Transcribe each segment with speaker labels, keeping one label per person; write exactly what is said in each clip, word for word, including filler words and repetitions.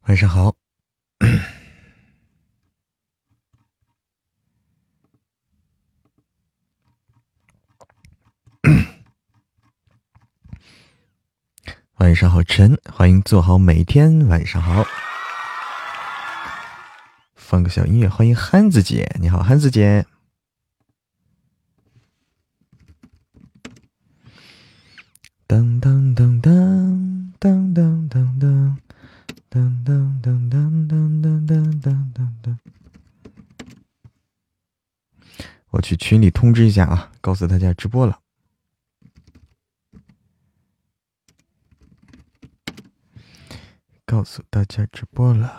Speaker 1: 晚上好。晚上好，晨，欢迎做好每一天。晚上好，放个小音乐，欢迎憨子姐，你好，憨子姐。当当当当当当当当当当当当当当当当当。我去群里通知一下啊，告诉大家直播了。告诉大家直播了。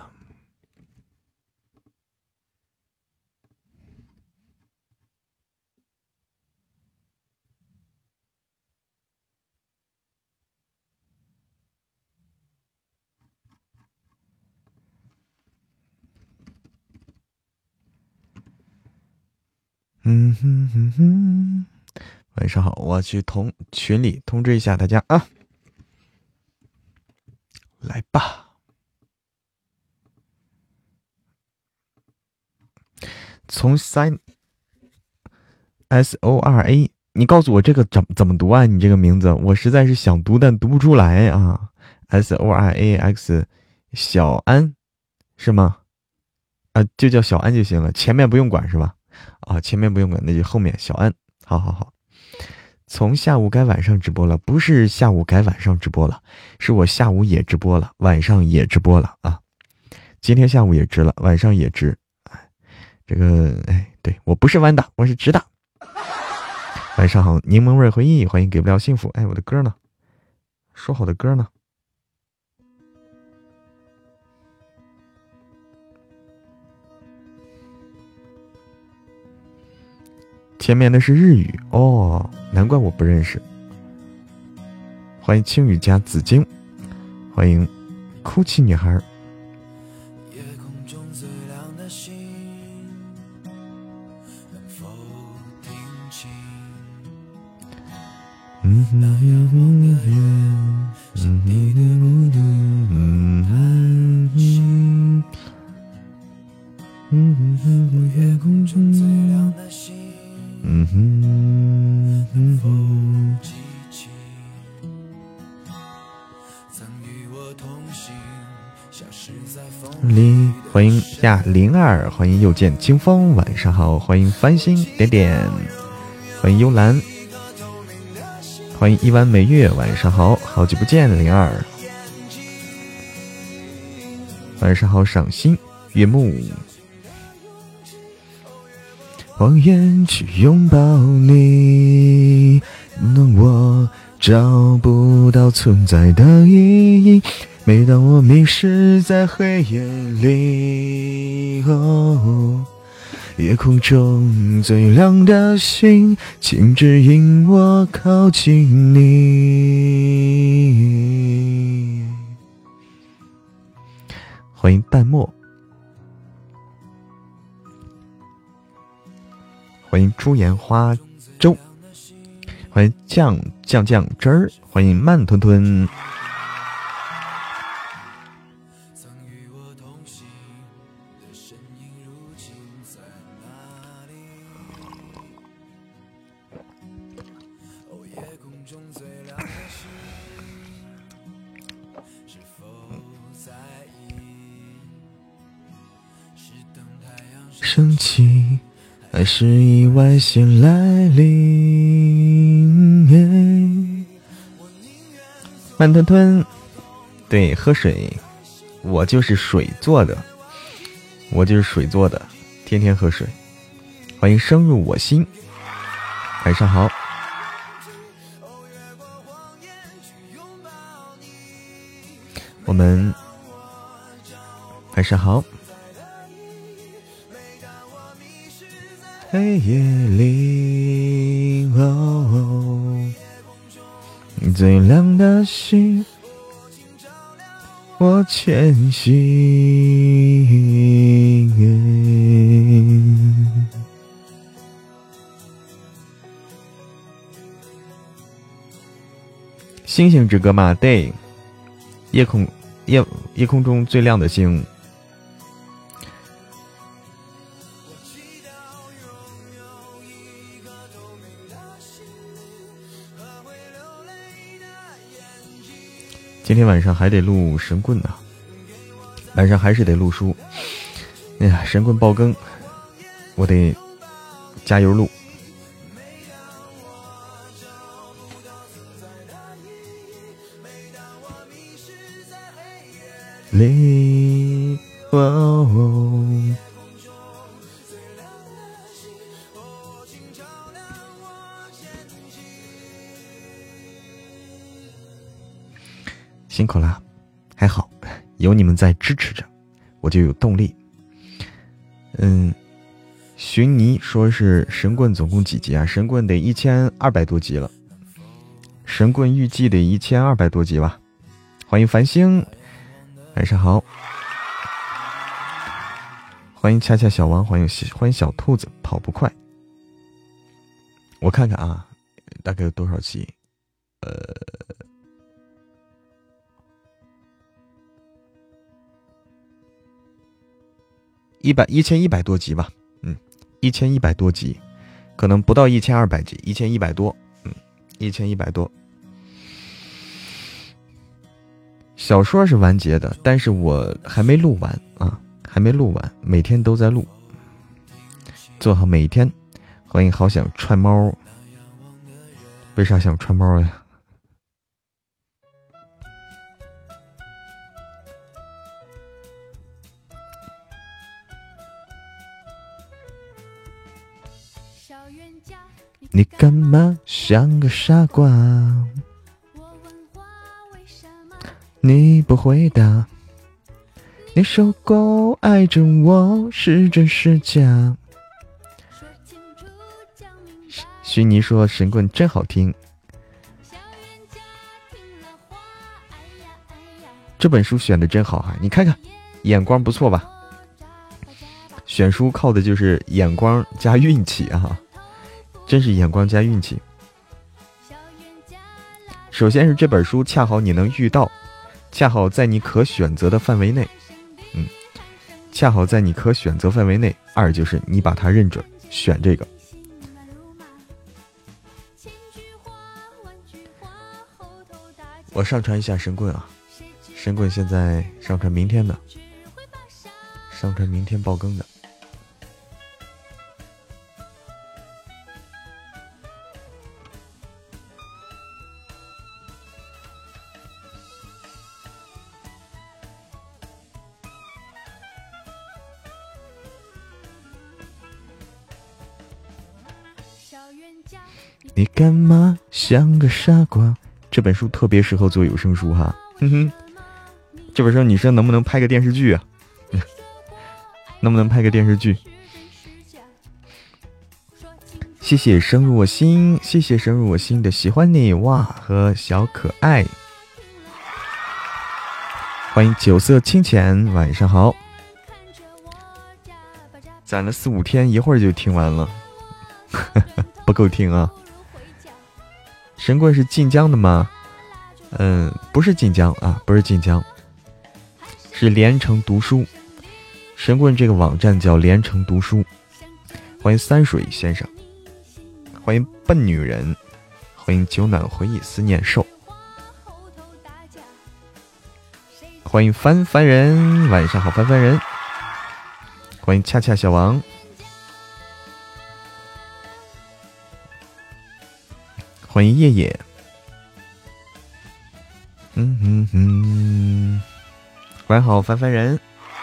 Speaker 1: 嗯哼哼哼，晚上好，我去同群里通知一下大家啊，来吧。从 sign S O R A， 你告诉我这个怎怎么读啊？你这个名字我实在是想读，但读不出来啊。S O R A X， 小安是吗？啊，就叫小安就行了，前面不用管是吧？啊，前面不用管，那就后面小安。好好好。从下午改晚上直播了，不是下午改晚上直播了，是我下午也直播了，晚上也直播了啊。今天下午也直了，晚上也直。这个，哎，对，我不是弯的，我是直的。晚上好，柠檬味回忆，欢迎给不了幸福。哎，我的歌呢？说好的歌呢？前面的是日语哦，难怪我不认识。欢迎青雨加紫荆，欢迎哭泣女孩。嗯哼嗯哼嗯哼嗯哼嗯哼夜空中最亮的星，嗯哼嗯哼，里欢迎亚零二，欢迎又见清风，晚上好，欢迎繁星点点，欢迎幽兰。欢迎一弯美月，晚上好，好久不见，零二。晚上好，赏心月幕。谎言去拥抱你，弄我找不到存在的意义。每当我迷失在黑夜里，哦，夜空中最亮的星，请指引我靠近你。欢迎淡漠，欢迎朱颜花粥，欢迎酱酱酱汁儿，欢迎慢吞吞。生气还是意外先来临？慢吞吞，对，喝水，我就是水做的，我就是水做的，天天喝水。欢迎升入我心，晚上好。我们晚上好。黑夜里，哦，最亮的星，我前行。星星之歌嘛，对，夜空夜夜空中最亮的星。今天晚上还得录神棍呢、啊，晚上还是得录书。哎呀，神棍爆更，我得加油录。里哦哦辛苦了，还好有你们在支持着，我就有动力。嗯，寻泥说是神棍总共几集啊？神棍得一千二百多集了，神棍预计得一千二百多集吧。欢迎繁星，晚上好。欢迎恰恰小王，欢迎欢迎小兔子跑不快。我看看啊，大概有多少集？呃。一百一千一百多集吧，嗯，一千一百多集，可能不到一千二百集，一千一百多，嗯，一千一百多。小说是完结的，但是我还没录完啊，还没录完，每天都在录，做好每一天。欢迎好想串猫，为啥想串猫呀？你干嘛像个傻瓜？你不回答。你说过爱着我是真是假？虚拟说神棍真好听。这本书选的真好哈、啊，你看看，眼光不错吧？选书靠的就是眼光加运气啊。真是眼光加运气。首先是这本书恰好你能遇到，恰好在你可选择的范围内，嗯，恰好在你可选择范围内。二就是你把它认准，选这个。我上传一下神棍啊，神棍现在上传明天的，上传明天爆更的。你干嘛像个傻瓜？这本书特别适合做有声书哈，哼哼。这本书女生能不能拍个电视剧啊？能不能拍个电视剧？谢谢深入我心，谢谢深入我心的喜欢你哇和小可爱。欢迎酒色清浅，晚上好。攒了四五天，一会儿就听完了，不够听啊。神棍是晋江的吗？嗯，不是晋江啊，不是晋江，是连城读书。神棍这个网站叫连城读书。欢迎三水先生，欢迎笨女人，欢迎酒暖回忆思念瘦，欢迎翻翻人，晚上好翻翻人，欢迎恰恰小王。欢迎叶叶，嗯哼哼，晚好翻翻人，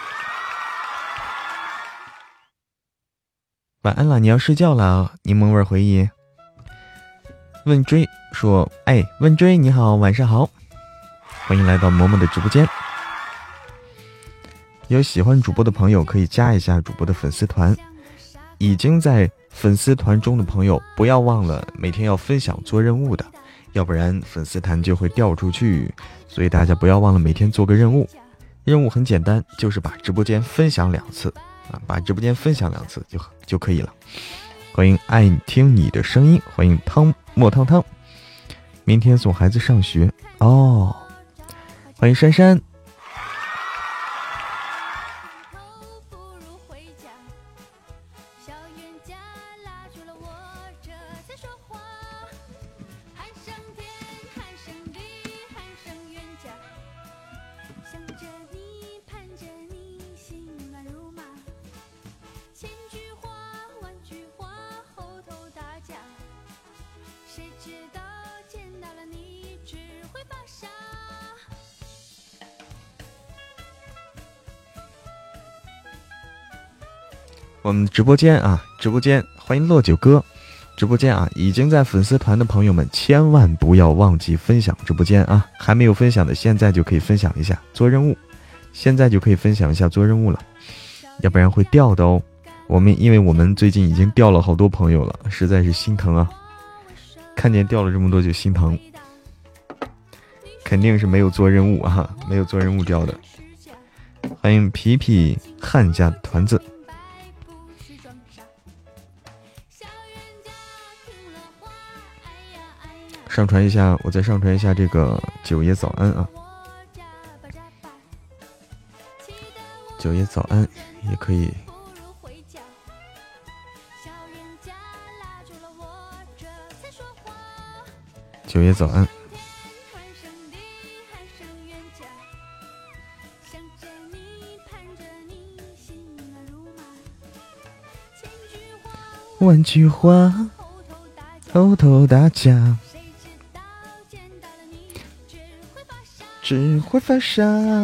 Speaker 1: 晚安了，你要睡觉了。柠檬味回忆，问追说，哎，问追你好，晚上好，欢迎来到嬷嬷的直播间。有喜欢主播的朋友可以加一下主播的粉丝团，已经在粉丝团中的朋友不要忘了每天要分享做任务的，要不然粉丝团就会掉出去，所以大家不要忘了每天做个任务。任务很简单，就是把直播间分享两次啊，把直播间分享两次就就可以了。欢迎爱听你的声音，欢迎汤莫汤汤。明天送孩子上学哦，欢迎珊珊， 我们直播间啊，直播间欢迎落九哥，直播间啊，已经在粉丝团的朋友们千万不要忘记分享直播间啊，还没有分享的现在就可以分享一下做任务，现在就可以分享一下做任务了，要不然会掉的哦。我们因为我们最近已经掉了好多朋友了，实在是心疼啊，看见掉了这么多就心疼，肯定是没有做任务啊，没有做任务掉的。欢迎皮皮汉家的团子。上传一下，我再上传一下这个九爷早安啊，九爷早安也可以。九爷早安。万句话，偷偷打架。只会发傻，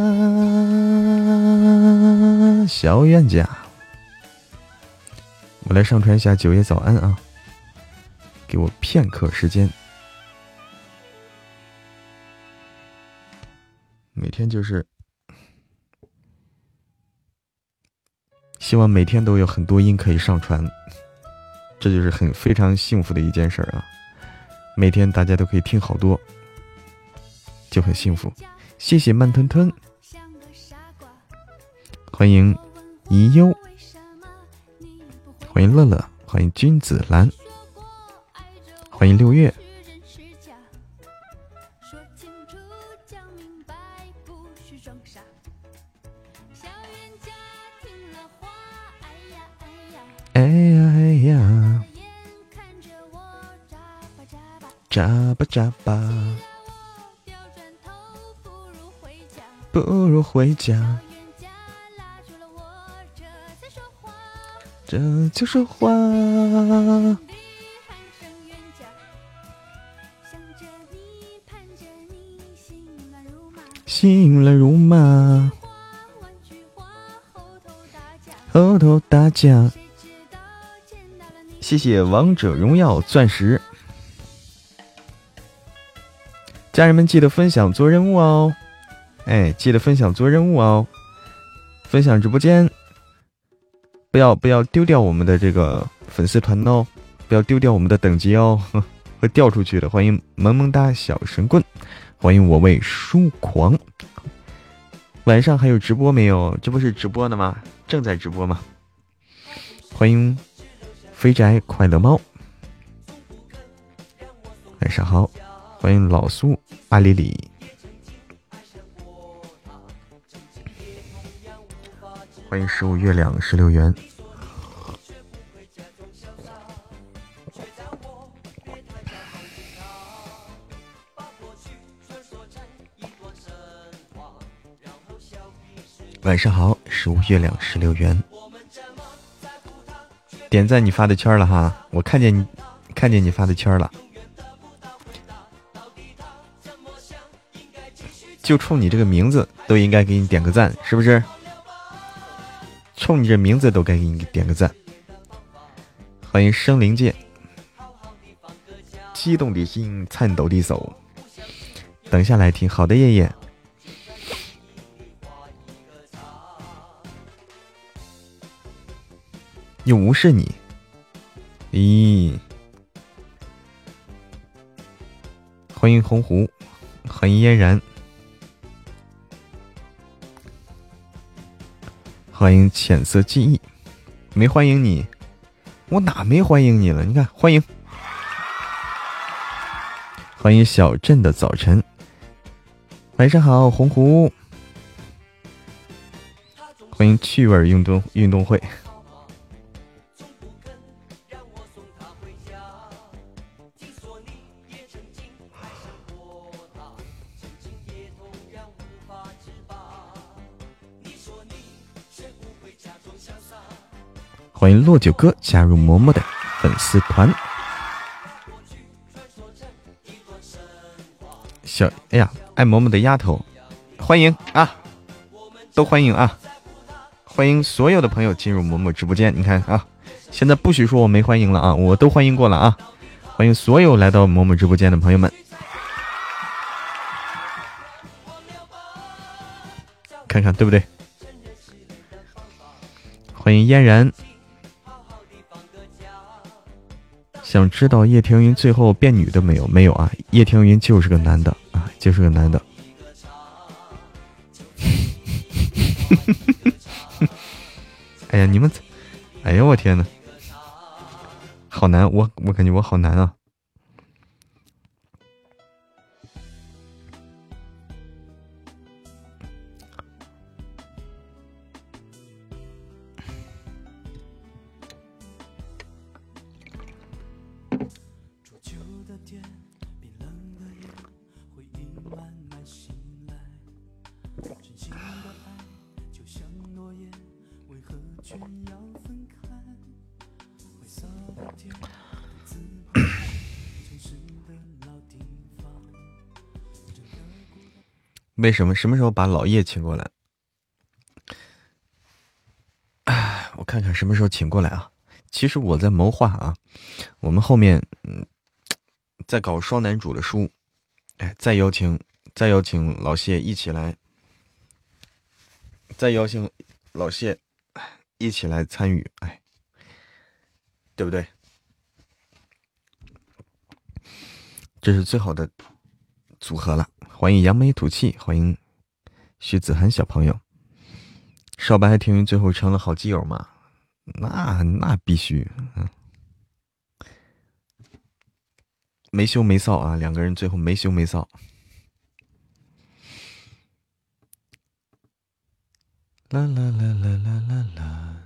Speaker 1: 小冤家。我来上传一下九爷早安啊，给我片刻时间。每天就是希望每天都有很多音可以上传，这就是很非常幸福的一件事啊！每天大家都可以听好多，就很幸福。谢谢慢吞吞，欢迎宜忧，欢迎乐乐，欢迎君子兰，欢迎六月。哎呀哎呀，眨巴眨巴。不如回家，这就说话。心乱如麻，后头打架。谢谢王者荣耀钻石，家人们记得分享做任务哦。哎，记得分享做任务哦，分享直播间，不要不要丢掉我们的这个粉丝团哦，不要丢掉我们的等级哦，会掉出去的。欢迎萌萌哒小神棍，欢迎我为书狂。晚上还有直播没有？这不是直播的吗？正在直播吗？欢迎肥宅快乐猫，晚上好。欢迎老苏阿里里。欢迎十五月亮十六元。晚上好，十五月亮十六元。点赞你发的圈了哈，我看见你看见你发的圈了，就冲你这个名字都应该给你点个赞，是不是？冲你这名字都该给你点个赞。欢迎生灵界，激动的心，颤抖的手。等下来听，好的爷爷。又无视你，咦？欢迎洪湖，欢迎嫣然。欢迎浅色记忆，没欢迎你，我哪没欢迎你了？你看，欢迎，欢迎小镇的早晨，晚上好，洪湖，欢迎趣味运动运动会，欢迎落九哥加入嬷嬷的粉丝团。小哎呀，爱嬷嬷的丫头，欢迎啊，都欢迎啊！ 欢迎所有的朋友进入嬷嬷直播间。你看啊，现在不许说我没欢迎了啊，我都欢迎过了啊！欢迎所有来到嬷嬷直播间的朋友们。看看对不对？欢迎嫣然。想知道叶庭云最后变女的没有？没有啊，叶庭云就是个男的啊，就是个男的。哎呀，你们，哎呀，我天哪，好难，我我感觉我好难啊。为什么什么时候把老叶请过来？哎，我看看什么时候请过来啊？其实我在谋划啊，我们后面嗯，在搞双男主的书，哎，再邀请再邀请老谢一起来，再邀请老谢一起来参与，哎，对不对？这是最好的组合了。欢迎扬眉吐气，欢迎徐子涵小朋友。少白和庭云最后成了好基友吗？那那必须，嗯，没羞没臊啊，两个人最后没羞没臊。啦啦啦啦啦啦啦。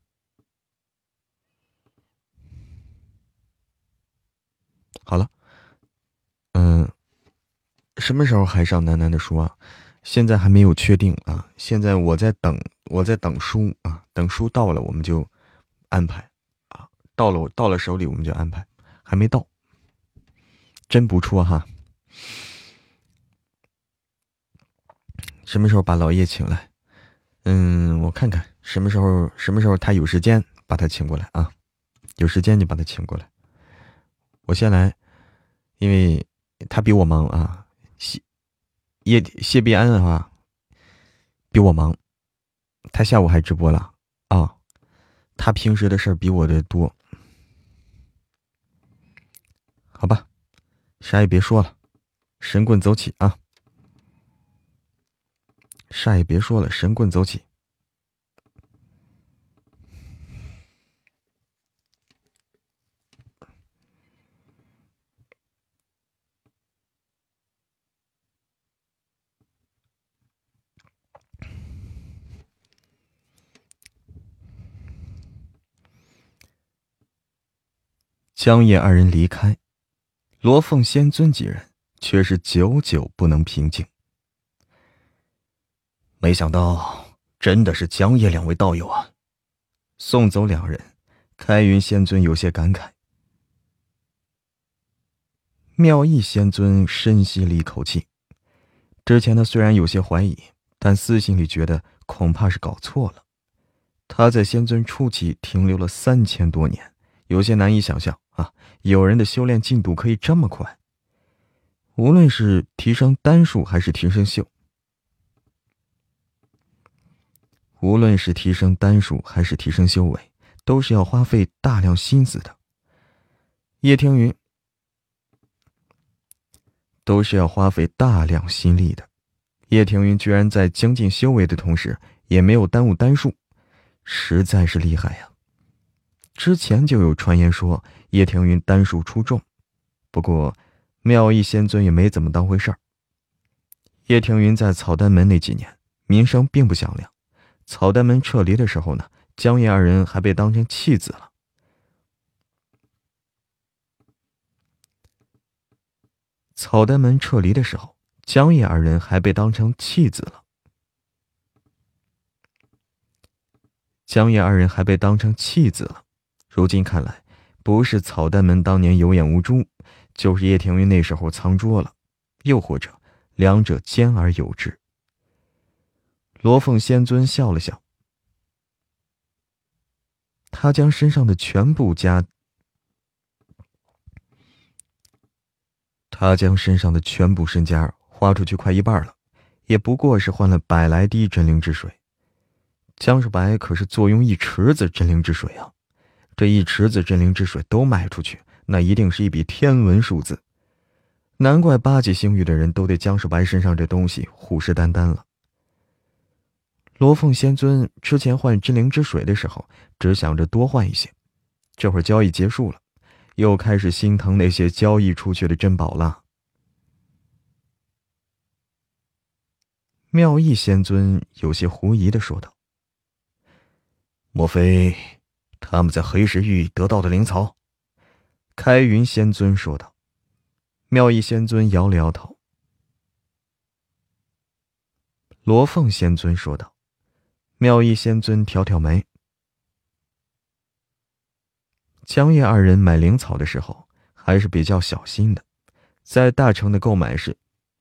Speaker 1: 好了，嗯，什么时候还上楠楠的书啊？现在还没有确定啊，现在我在等，我在等书啊，等书到了我们就安排啊，到了到了手里我们就安排，还没到，真不错哈。什么时候把老叶请来？嗯，我看看什么时候什么时候他有时间把他请过来啊，有时间就把他请过来。我先来，因为他比我忙啊。叶谢必安的话比我忙，他下午还直播了啊，他平时的事儿比我的多。好吧，啥也别说了，神棍走起啊！啥也别说了，神棍走起。江夜二人离开，罗凤仙尊几人却是久久不能平静。没想到真的是江夜两位道友啊！送走两人，开云仙尊有些感慨。妙义仙尊深吸了一口气，之前他虽然有些怀疑，但私心里觉得恐怕是搞错了。他在仙尊初期停留了三千多年，有些难以想象啊，有人的修炼进度可以这么快。无论是提升丹术还是提升修，无论是提升丹术还是提升修为，都是要花费大量心思的。叶听云都是要花费大量心力的。叶听云居然在精进修为的同时，也没有耽误丹术，实在是厉害呀！之前就有传言说叶听云丹术出众，不过妙义仙尊也没怎么当回事儿。叶听云在草丹门那几年名声并不响亮，草丹门撤离的时候呢，江叶二人还被当成弃子了。草丹门撤离的时候，江叶二人还被当成弃子了。江叶二人还被当成弃子了。如今看来，不是草丹门当年有眼无珠，就是叶庭云那时候藏拙了，又或者两者兼而有之。罗凤仙尊笑了笑， 他将身上的全部家他将身上的全部身家花出去快一半了，也不过是换了百来滴真灵之水。江少白可是坐拥一池子真灵之水啊，这一池子真灵之水都卖出去，那一定是一笔天文数字。难怪八级星域的人都对江少白身上这东西虎视眈眈了。罗凤仙尊之前换真灵之水的时候，只想着多换一些，这会儿交易结束了，又开始心疼那些交易出去的珍宝了。妙意仙尊有些狐疑地说道：莫非他们在黑石域得到的灵草？开云仙尊说道。妙意仙尊摇了摇头。罗凤仙尊说道。妙意仙尊挑挑眉。江夜二人买灵草的时候还是比较小心的，在大城的购买是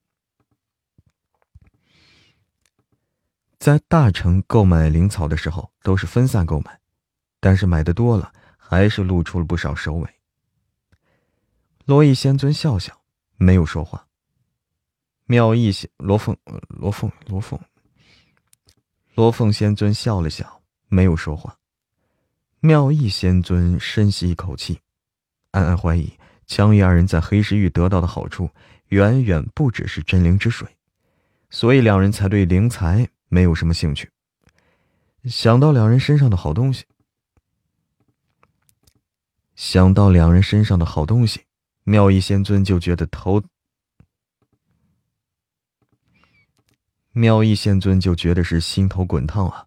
Speaker 1: 在大城购买灵草的时候都是分散购买，但是买的多了还是露出了不少首尾。罗意仙尊笑笑没有说话。妙意仙罗凤罗凤罗凤罗凤仙尊笑了笑没有说话。妙意仙尊深吸一口气，暗暗怀疑江夜二人在黑石域得到的好处远远不只是真灵之水，所以两人才对灵材没有什么兴趣。想到两人身上的好东西想到两人身上的好东西妙意仙尊就觉得头妙意仙尊就觉得是心头滚烫啊。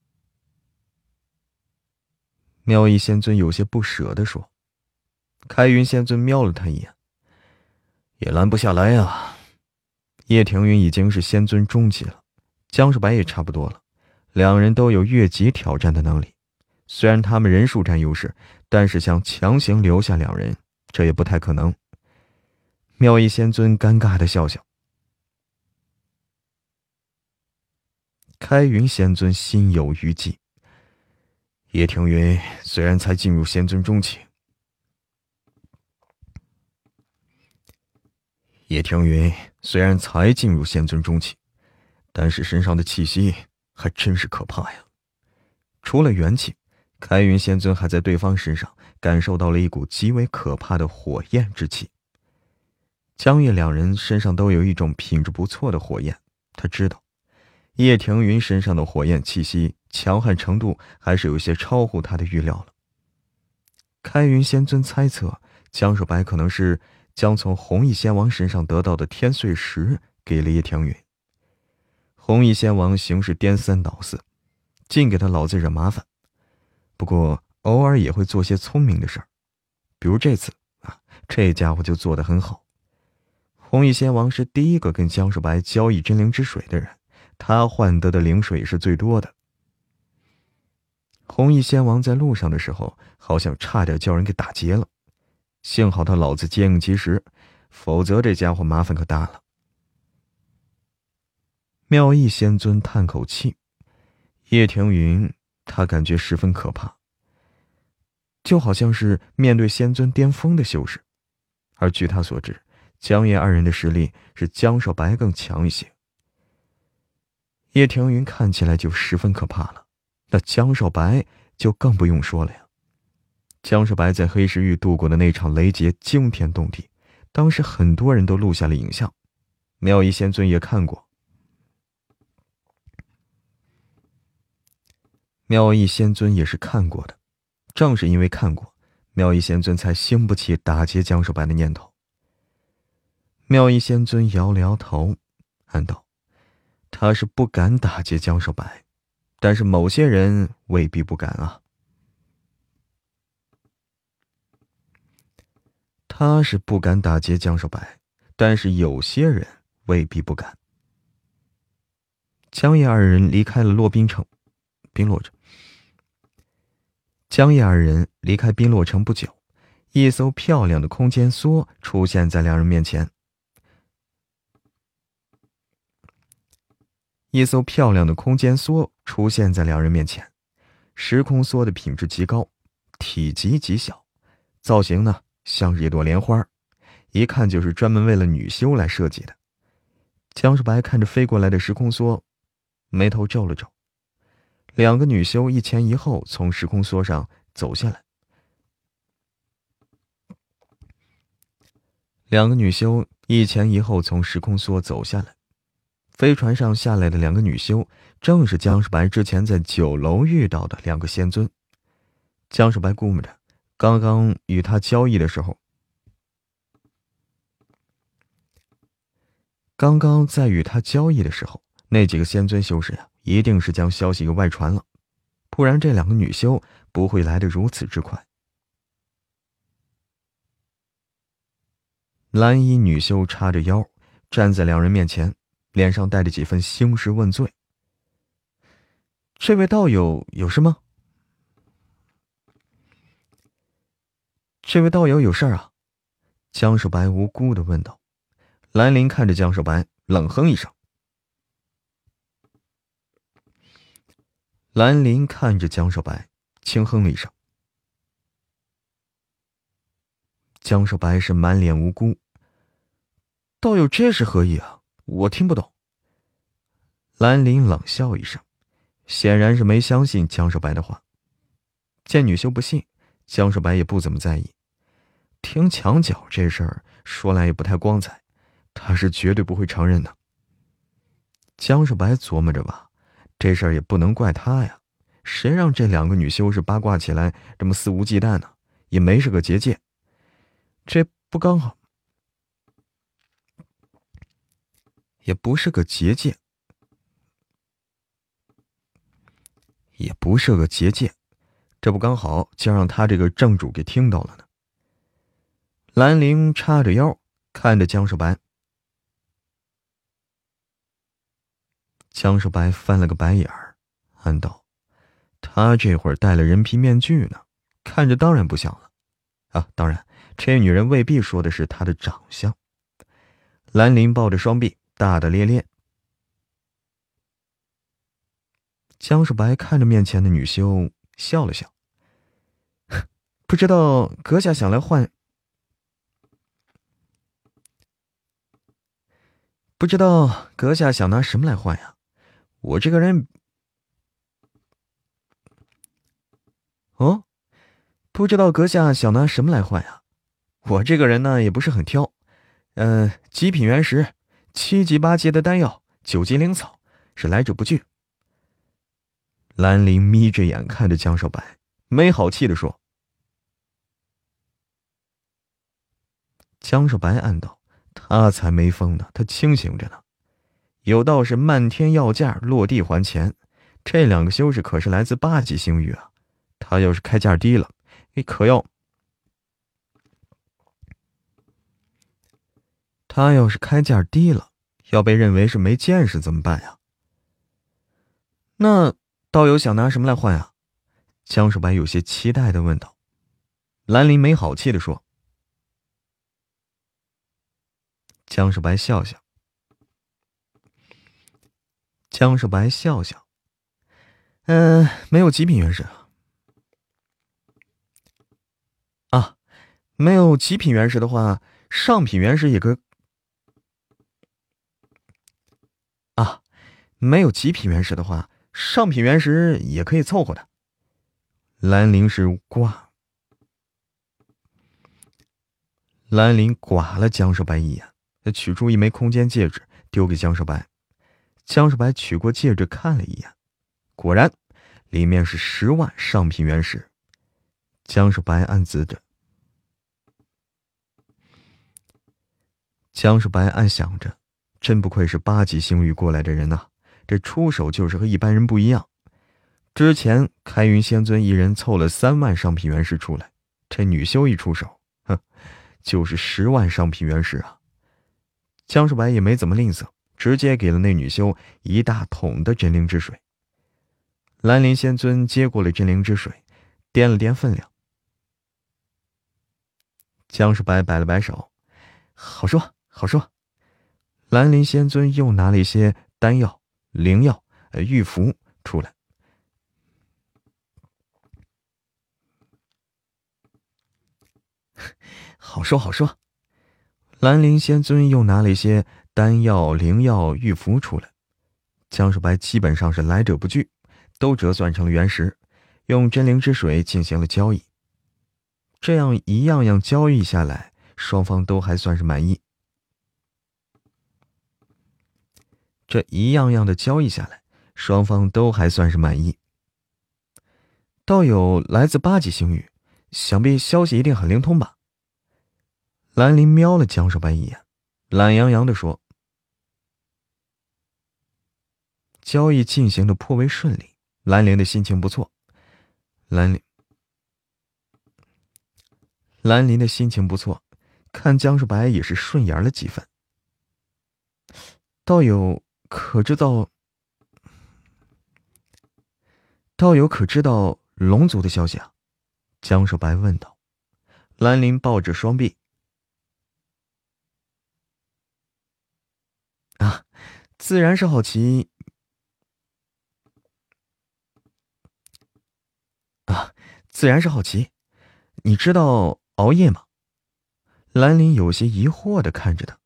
Speaker 1: 妙意仙尊有些不舍地说。开云仙尊瞄了他一眼，也拦不下来啊。叶庭云已经是仙尊中级了，江少白也差不多了，两人都有越级挑战的能力。虽然他们人数占优势，但是想强行留下两人，这也不太可能。妙意仙尊尴尬地笑笑。开云仙尊心有余悸。叶庭云虽然才进入仙尊中期，叶庭云虽然才进入仙尊中期，但是身上的气息还真是可怕呀。除了元气，开云仙尊还在对方身上感受到了一股极为可怕的火焰之气。江夜两人身上都有一种品质不错的火焰，他知道叶庭云身上的火焰气息强悍程度还是有些超乎他的预料了。开云仙尊猜测江少白可能是将从红翼仙王身上得到的天碎石给了叶庭云。红翼仙王行事颠三倒四，尽给他老子惹麻烦，不过偶尔也会做些聪明的事儿，比如这次啊，这家伙就做得很好。红翼仙王是第一个跟江少白交易真灵之水的人，他换得的灵水是最多的。红翼仙王在路上的时候好像差点叫人给打劫了，幸好他老子接应及时，否则这家伙麻烦可大了。妙意仙尊叹口气，叶庭云他感觉十分可怕，就好像是面对仙尊巅峰的修士，而据他所知，江夜二人的实力是江少白更强一些。叶庭云看起来就十分可怕了，那江少白就更不用说了呀。江少白在黑石域度过的那场雷劫惊天动地，当时很多人都录下了影像，妙意仙尊也看过。妙意仙尊也是看过的，正是因为看过，妙意仙尊才兴不起打劫江少白的念头。妙意仙尊摇了摇头，暗道他是不敢打劫江少白，但是某些人未必不敢啊。他是不敢打劫江少白，但是有些人未必不敢。江夜二人离开了洛宾城，宾洛城。江夜二人离开宾洛城不久，一艘漂亮的空间梭出现在两人面前。一艘漂亮的空间梭出现在两人面前，时空梭的品质极高， 体积极小，造型呢像是一朵莲花，一看就是专门为了女修来设计的。江少白看着飞过来的时空梭，眉头皱了皱。两个女修一前一后从时空梭上走下来。两个女修一前一后从时空梭走下来。飞船上下来的两个女修，正是江少白之前在酒楼遇到的两个仙尊。江少白估摸着，刚刚与他交易的时候，刚刚在与他交易的时候，那几个仙尊修士呀，一定是将消息给外传了，不然这两个女修不会来得如此之快。蓝衣女修叉着腰站在两人面前，脸上带着几分兴师问罪。这位道友有事吗？这位道友有事啊？江少白无辜地问道。兰陵看着江少白，冷哼一声。兰陵看着江少白，轻哼了一声。江少白是满脸无辜。道友这是何意啊？我听不懂。兰陵冷笑一声，显然是没相信江少白的话。见女修不信，江少白也不怎么在意。听墙角这事儿说来也不太光彩，他是绝对不会承认的。江少白琢磨着吧，这事儿也不能怪他呀，谁让这两个女修士八卦起来这么肆无忌惮呢？也没是个结界，这不刚好，也不是个结界，也不是个结界，这不刚好就让他这个正主给听到了呢。兰陵叉着腰看着江少白。江少白翻了个白眼儿，暗道：他这会儿戴了人皮面具呢，看着当然不像了。啊，当然，这女人未必说的是他的长相。兰陵抱着双臂，大大咧咧。江少白看着面前的女修，笑了笑。不知道阁下想来换，不知道阁下想拿什么来换呀？我这个人，哦，不知道阁下想拿什么来换呀？我这个人呢，也不是很挑，呃，极品原石、七级八阶的丹药、九级灵草，是来者不拒。兰陵眯着眼看着江少白，没好气地说。江少白暗道，他才没疯呢，他清醒着呢。有道是漫天要价，落地还钱，这两个修士可是来自八级星域啊，他要是开价低了，可要他要是开价低了，要被认为是没见识怎么办呀？那道友想拿什么来换呀？江少白有些期待地问道。兰陵没好气地说。江少白笑笑。江少白笑笑。嗯、呃，没有极品原石啊。没有极品原石的话，上品原石也可啊，没有极品原石的话，上品原石也可以凑合的。兰陵是刮，兰陵剐了江少白一眼，取出一枚空间戒指丢给江少白。江少白取过戒指看了一眼，果然里面是十万上品原石。江少白暗自着，江少白暗想着，真不愧是八级星域过来的人呐、啊，这出手就是和一般人不一样。之前开云仙尊一人凑了三万上品原石出来，这女修一出手，哼，就是十万上品原石啊！江少白也没怎么吝啬，直接给了那女修一大桶的真灵之水。兰陵仙尊接过了真灵之水，掂了掂分量。江少白摆了摆手，好说好说。兰陵仙尊又拿了一些丹药、灵药、玉符出来。 好说好说。兰陵仙尊又拿了一些丹药、灵药、玉符出来，江少白基本上是来者不拒，都折算成了原石，用真灵之水进行了交易。这样一样样交易下来，双方都还算是满意。这一样样的交易下来，双方都还算是满意。道友来自八级星域，想必消息一定很灵通吧？兰陵瞄了江少白一眼，懒洋洋地说：“交易进行的颇为顺利，兰陵的心情不错。兰陵，兰陵的心情不错，看江少白也是顺眼了几分。道友可知道？道友可知道龙族的消息啊？”江少白问道。兰陵抱着双臂：“啊，自然是好奇。啊，自然是好奇。你知道熬夜吗？”兰陵有些疑惑地看着他。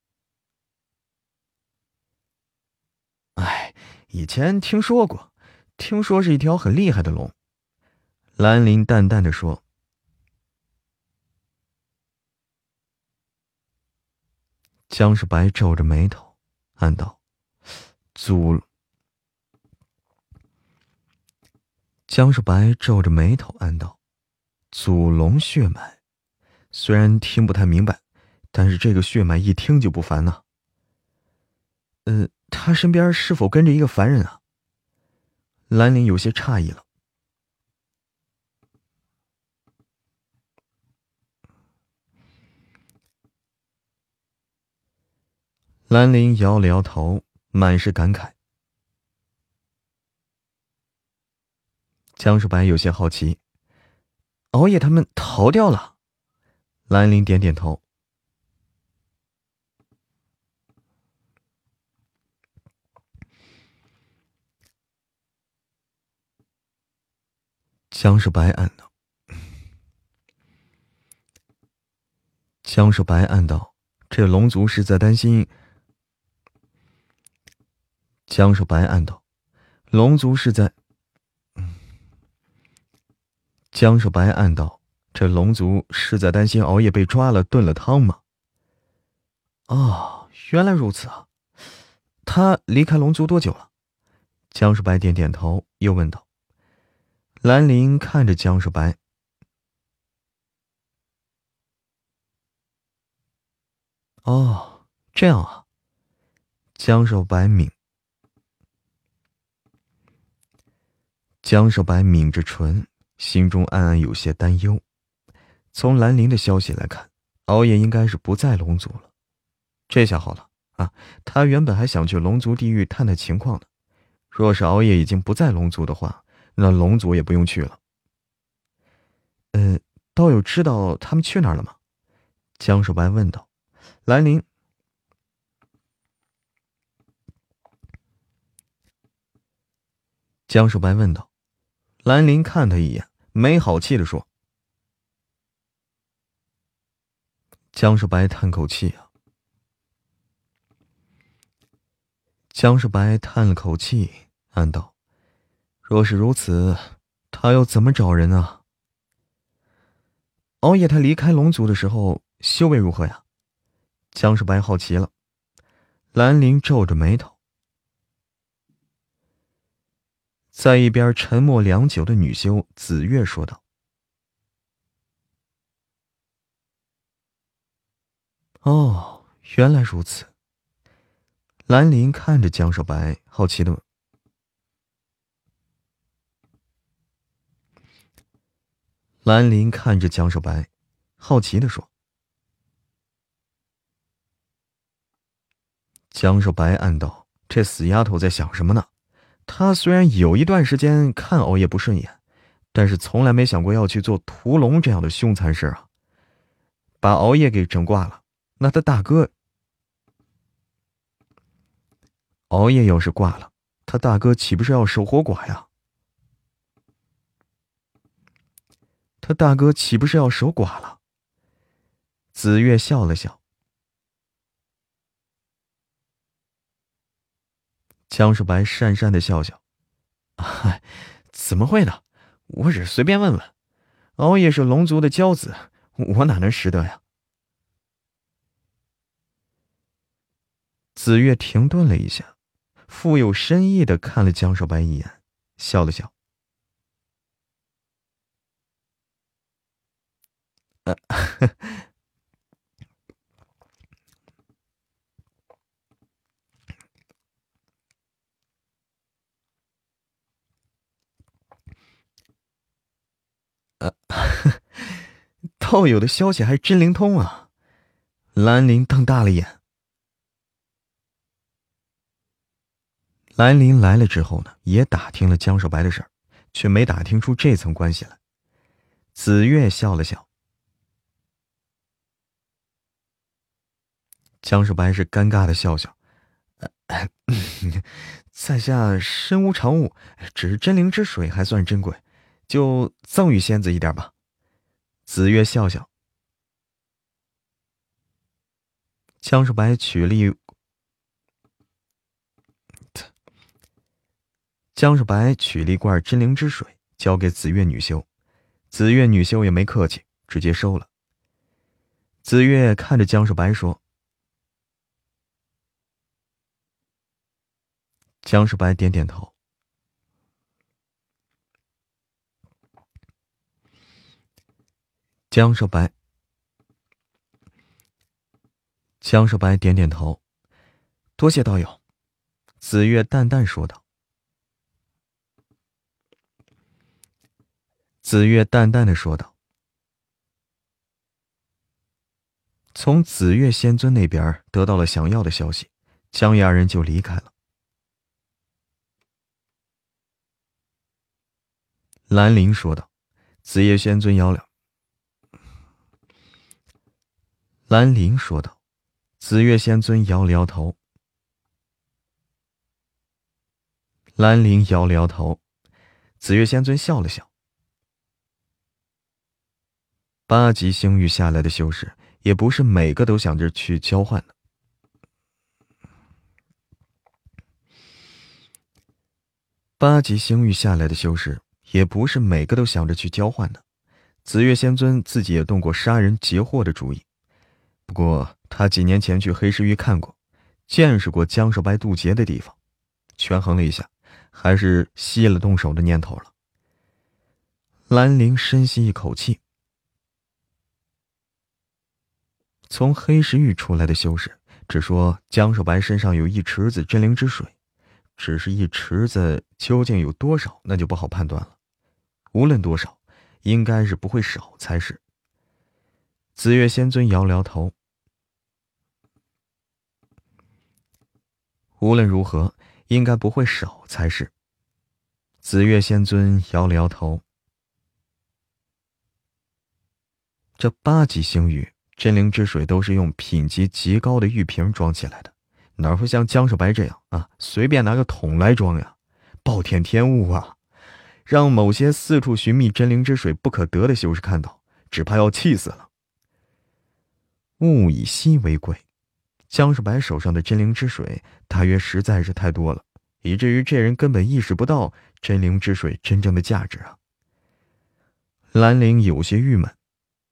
Speaker 1: 哎，以前听说过，听说是一条很厉害的龙。兰陵淡淡地说。江少白皱着眉头，暗道：“祖。”江少白皱着眉头暗道：“祖龙血脉，虽然听不太明白，但是这个血脉一听就不凡呐、啊。呃，他身边是否跟着一个凡人啊？”兰陵有些诧异了。兰陵摇了摇头，满是感慨。江少白有些好奇，熬夜他们逃掉了？兰陵点点头。江少白暗道。江少白暗道，这龙族是在担心。江少白暗道，龙族是在。江少白暗道，这龙族是在担心熬夜被抓了炖了汤吗？哦，原来如此啊！他离开龙族多久了？江少白点点头，又问道。兰陵看着江少白。哦，这样啊。江少白抿。江少白抿着唇，心中暗暗有些担忧。从兰陵的消息来看，熬夜应该是不在龙族了。这下好了啊！他原本还想去龙族地狱探探情况呢。若是熬夜已经不在龙族的话，那龙族也不用去了。呃，道友知道他们去哪儿了吗？江少白问道。兰陵。江少白问道。兰陵看他一眼，没好气地说。江少白叹口气啊。江少白叹了口气，暗道：若是如此，他又怎么找人啊？熬夜他离开龙族的时候，修为如何呀？江少白好奇了。兰陵皱着眉头。在一边沉默良久的女修紫月说道：哦，原来如此。兰陵看着江少白，好奇的问。兰陵看着江少白，好奇的说。江少白暗道，这死丫头在想什么呢？他虽然有一段时间看熬夜不顺眼，但是从来没想过要去做屠龙这样的凶残事啊！把熬夜给整挂了，那他大哥……熬夜要是挂了，他大哥岂不是要守活寡呀？他大哥岂不是要守寡了？ 子月笑了笑。江少白讪讪的笑笑：“哎，怎么会呢？我只是随便问问。熬夜是龙族的骄子，我哪能识得呀？”子月停顿了一下，富有深意的看了江少白一眼，笑了笑：“呃，呃，道友的消息还真灵通啊！”兰陵瞪大了眼。兰陵来了之后呢，也打听了江少白的事儿，却没打听出这层关系来。子月笑了笑。江少白是尴尬的笑笑：“呃、在下身无长物，只是真灵之水还算珍贵，就赠与仙子一点吧。”子月笑笑。江少白取了一江少白取了一罐真灵之水，交给紫月女修。紫月女修也没客气，直接收了。紫月看着江少白说：“江少白点点头。”江少白江少白点点头：“多谢道友。”紫月淡淡说道。紫月淡淡的说道。从紫月仙尊那边得到了想要的消息，江亚人就离开了。兰陵说道。紫月仙尊摇了。兰陵说道。紫月仙尊摇了摇头。兰陵摇了摇头。紫月仙尊笑了笑。八级星域下来的修士，也不是每个都想着去交换的。八级星域下来的修士，也不是每个都想着去交换的。紫月仙尊自己也动过杀人劫货的主意，不过他几年前去黑石域看过，见识过江少白渡劫的地方，权衡了一下，还是熄了动手的念头了。兰陵深吸一口气。从黑石域出来的修士只说江少白身上有一池子真灵之水，只是一池子究竟有多少，那就不好判断了。无论多少，应该是不会少才是。紫月仙尊摇了摇头。无论如何，应该不会少才是。紫月仙尊摇了摇头。这八级星域真灵之水都是用品级极高的玉瓶装起来的，哪会像江少白这样啊，随便拿个桶来装呀？暴殄天物啊！让某些四处寻觅真灵之水不可得的修士看到，只怕要气死了。物以稀为贵，江少白手上的真灵之水大约实在是太多了，以至于这人根本意识不到真灵之水真正的价值啊。兰陵有些郁闷。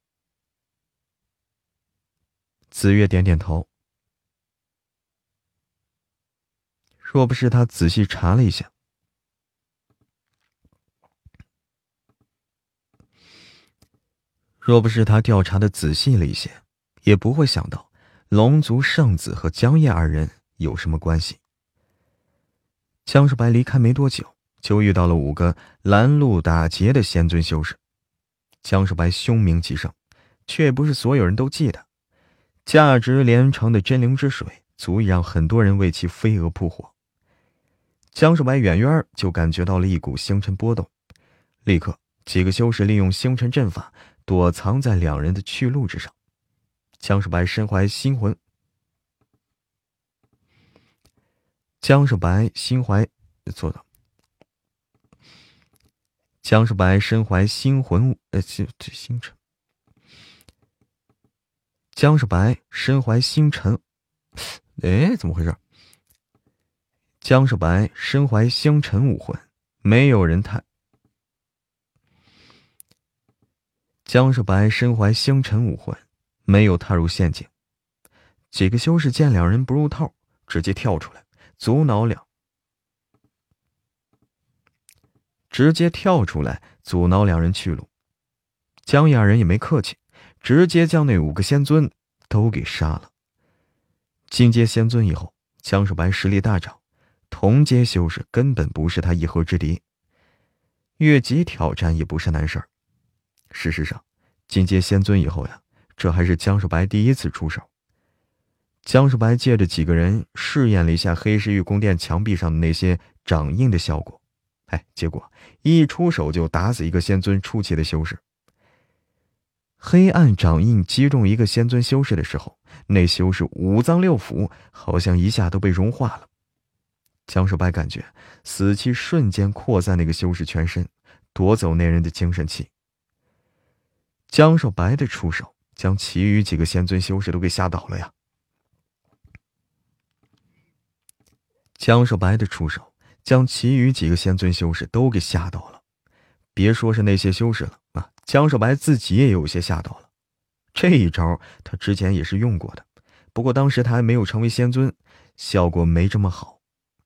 Speaker 1: 紫月点点头。若不是他仔细查了一下，若不是他调查的仔细了一些，也不会想到龙族圣子和江夜二人有什么关系。江少白离开没多久，就遇到了五个拦路打劫的仙尊修士。江少白凶名极盛，却不是所有人都记得。价值连城的真灵之水足以让很多人为其飞蛾扑火。江少白远远就感觉到了一股星辰波动，立刻几个修士利用星辰阵法躲藏在两人的去路之上。江少白身怀心魂江少白心怀做到江少白身怀心魂呃星辰江少白身怀星辰，哎，怎么回事？江少白身怀星辰武魂，没有人踏。江少白身怀星辰武魂，没有踏入陷阱。几个修士见两人不入套，直接跳出来，阻挠两，直接跳出来阻挠两人去路。江雅人也没客气，直接将那五个仙尊都给杀了。进阶仙尊以后，江少白实力大涨，同阶修士根本不是他一合之敌，越级挑战也不是难事儿。事实上，进阶仙尊以后呀，这还是江少白第一次出手。江少白借着几个人试验了一下黑石玉宫殿墙壁上的那些掌印的效果，哎，结果一出手就打死一个仙尊初期的修士。黑暗掌印击中一个仙尊修士的时候，那修士五脏六腑好像一下都被融化了。江少白感觉死气瞬间扩散那个修士全身，夺走那人的精神气。江少白的出手将其余几个仙尊修士都给吓倒了呀。江少白的出手将其余几个仙尊修士都给吓倒了，别说是那些修士了啊，江少白自己也有些吓到了。这一招他之前也是用过的，不过当时他还没有成为仙尊，效果没这么好。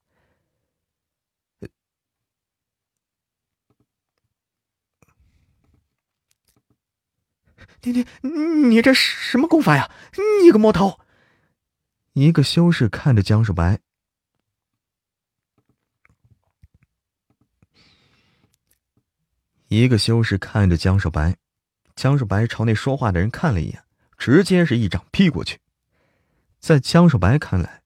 Speaker 1: 你你你这什么功法呀？你个魔头！一个修士看着江少白，一个修士看着江少白，江少白朝那说话的人看了一眼，直接是一掌劈过去。在江少白看来，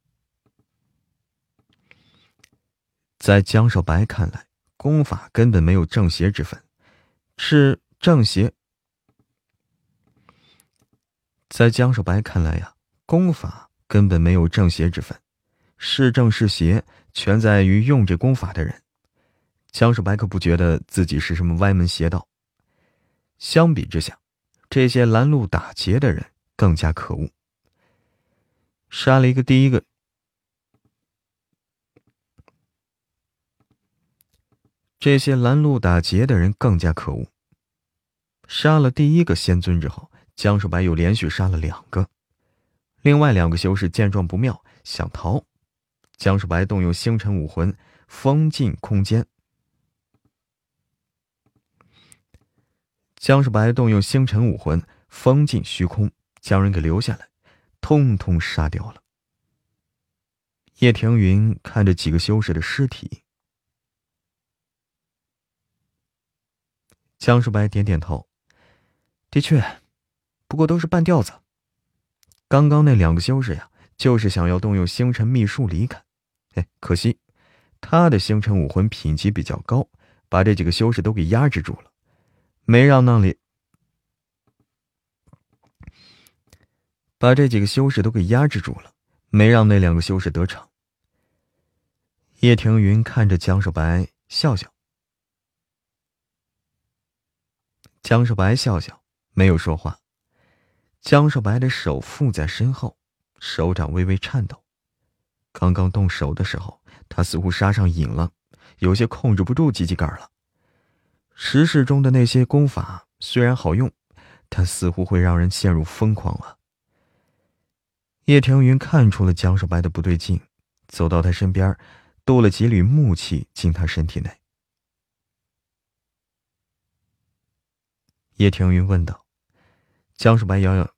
Speaker 1: 在江少白看来，功法根本没有正邪之分，是正邪。在江少白看来呀，功法根本没有正邪之分，是正是邪，全在于用这功法的人。江少白可不觉得自己是什么歪门邪道。相比之下，这些拦路打劫的人更加可恶。杀了一个第一个，这些拦路打劫的人更加可恶。杀了第一个仙尊之后，江少白又连续杀了两个。另外两个修士见状不妙，想逃。江少白动用星辰武魂，封禁空间。江少白动用星辰武魂，封禁虚空，将人给留下来，通通杀掉了。叶庭云看着几个修士的尸体，江少白点点头，的确，不过都是半吊子。刚刚那两个修士呀，就是想要动用星辰秘术离开，哎，可惜他的星辰武魂品级比较高，把这几个修士都给压制住了，没让那里把这几个修士都给压制住了，没让那两个修士得逞。叶庭云看着江少白笑笑，江少白笑笑，没有说话。江少白的手负在身后，手掌微微颤抖。刚刚动手的时候，他似乎杀上瘾了，有些控制不住鸡鸡杆了。时事中的那些功法虽然好用，但似乎会让人陷入疯狂啊。叶庭云看出了江少白的不对劲，走到他身边，渡了几缕木气进他身体内。叶庭云问道。江少白摇摇，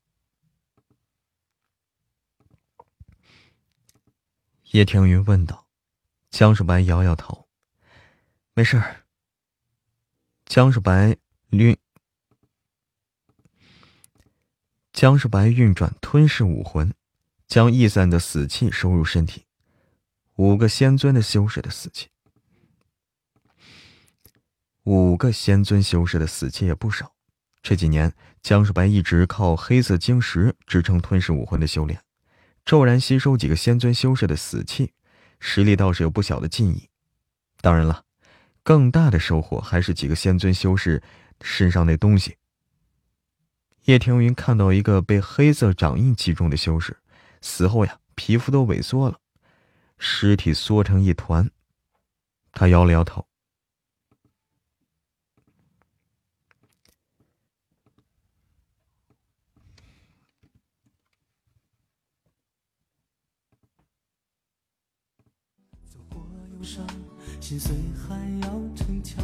Speaker 1: 叶庭云问道。江少白摇摇头，没事儿。江少白运江少白运转吞噬武魂，将逸散的死气收入身体。五个仙尊的修士的死气，五个仙尊修士的死气也不少。这几年，江少白一直靠黑色晶石支撑吞噬武魂的修炼，骤然吸收几个仙尊修士的死气，实力倒是有不小的进益。当然了，更大的收获还是几个仙尊修士身上那东西。 叶庭云看到一个被黑色掌印击中的修士，死后呀，皮肤都萎缩了，尸体缩成一团。他摇了摇头。
Speaker 2: 走过忧伤，心碎还要逞强。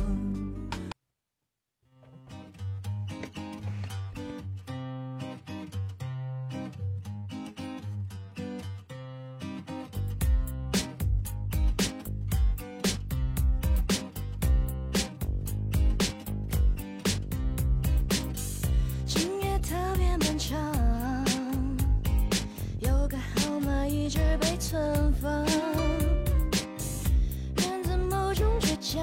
Speaker 3: 今夜特别漫长，有个号码一直被存放，源自某种倔强，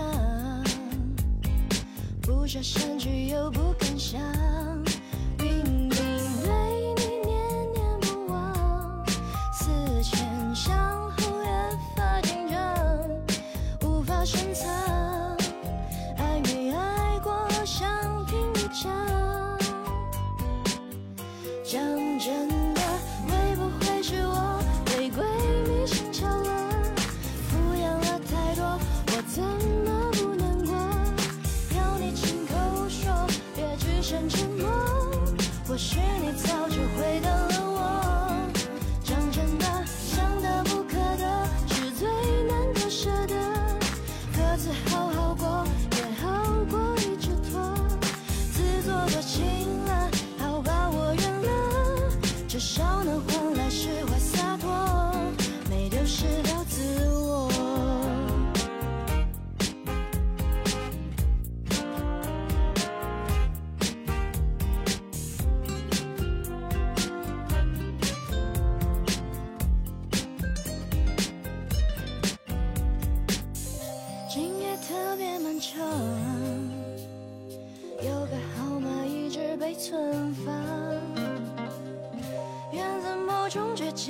Speaker 3: 不舍删去又不敢想，明明对你念念不忘，思前想后越发紧张，无法深藏，爱没爱过想听你讲。讲真的，会不会是我对闺蜜心窍了，敷衍了太多，我怎么不难过？要你亲口说，别只剩沉默，或许你早就回答了我。讲真的，想得不可得，是最难割舍的，各自好好过，也好过一直拖，自作多情了，好把我原谅，至少能换来释怀洒脱，没丢失掉自我。今夜特别漫长，有个号码一直被存放，源自某种倔强，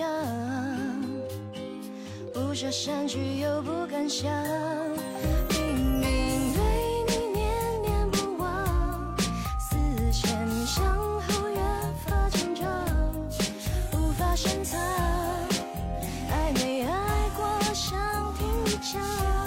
Speaker 3: 不舍删去又不敢想，明明对你念念不忘，思前想后越发紧张，无法深藏，爱没爱过想听你讲。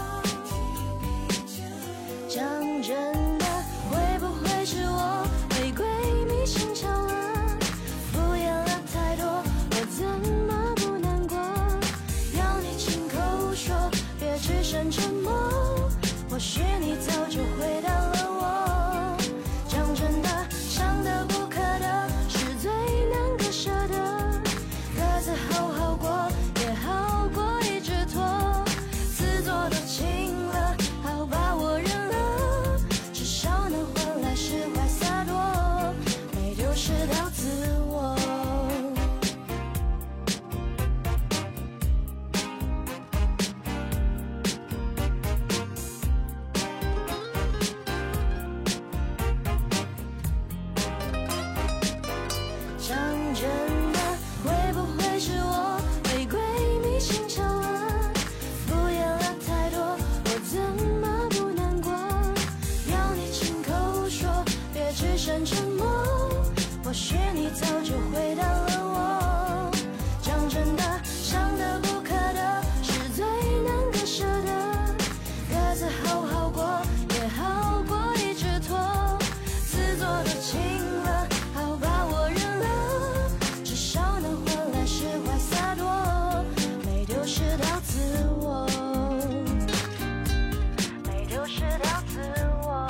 Speaker 3: 讲真的，会不会是我对闺蜜心窍了，敷衍了太多，我怎么不难过？要你亲口说，别只剩沉默，或许你早就回答了我。讲真的，想得不可得，是最难割舍的，各自好好过，也好过一直拖，自作多情了，好把我原谅，至少能换来释怀洒脱，没丢失掉自我。讲真的，会不会是我对闺蜜心窍了，敷衍了太多，我怎么不难过？要你亲口说，别只剩沉默，或许你早就回答了我。讲真的，想得不可得，是最难割舍的，各自好好过，也好过一直拖，自作多情了，好把我原谅，至少能换来释怀洒脱，没丢失掉自我，没丢失掉自我。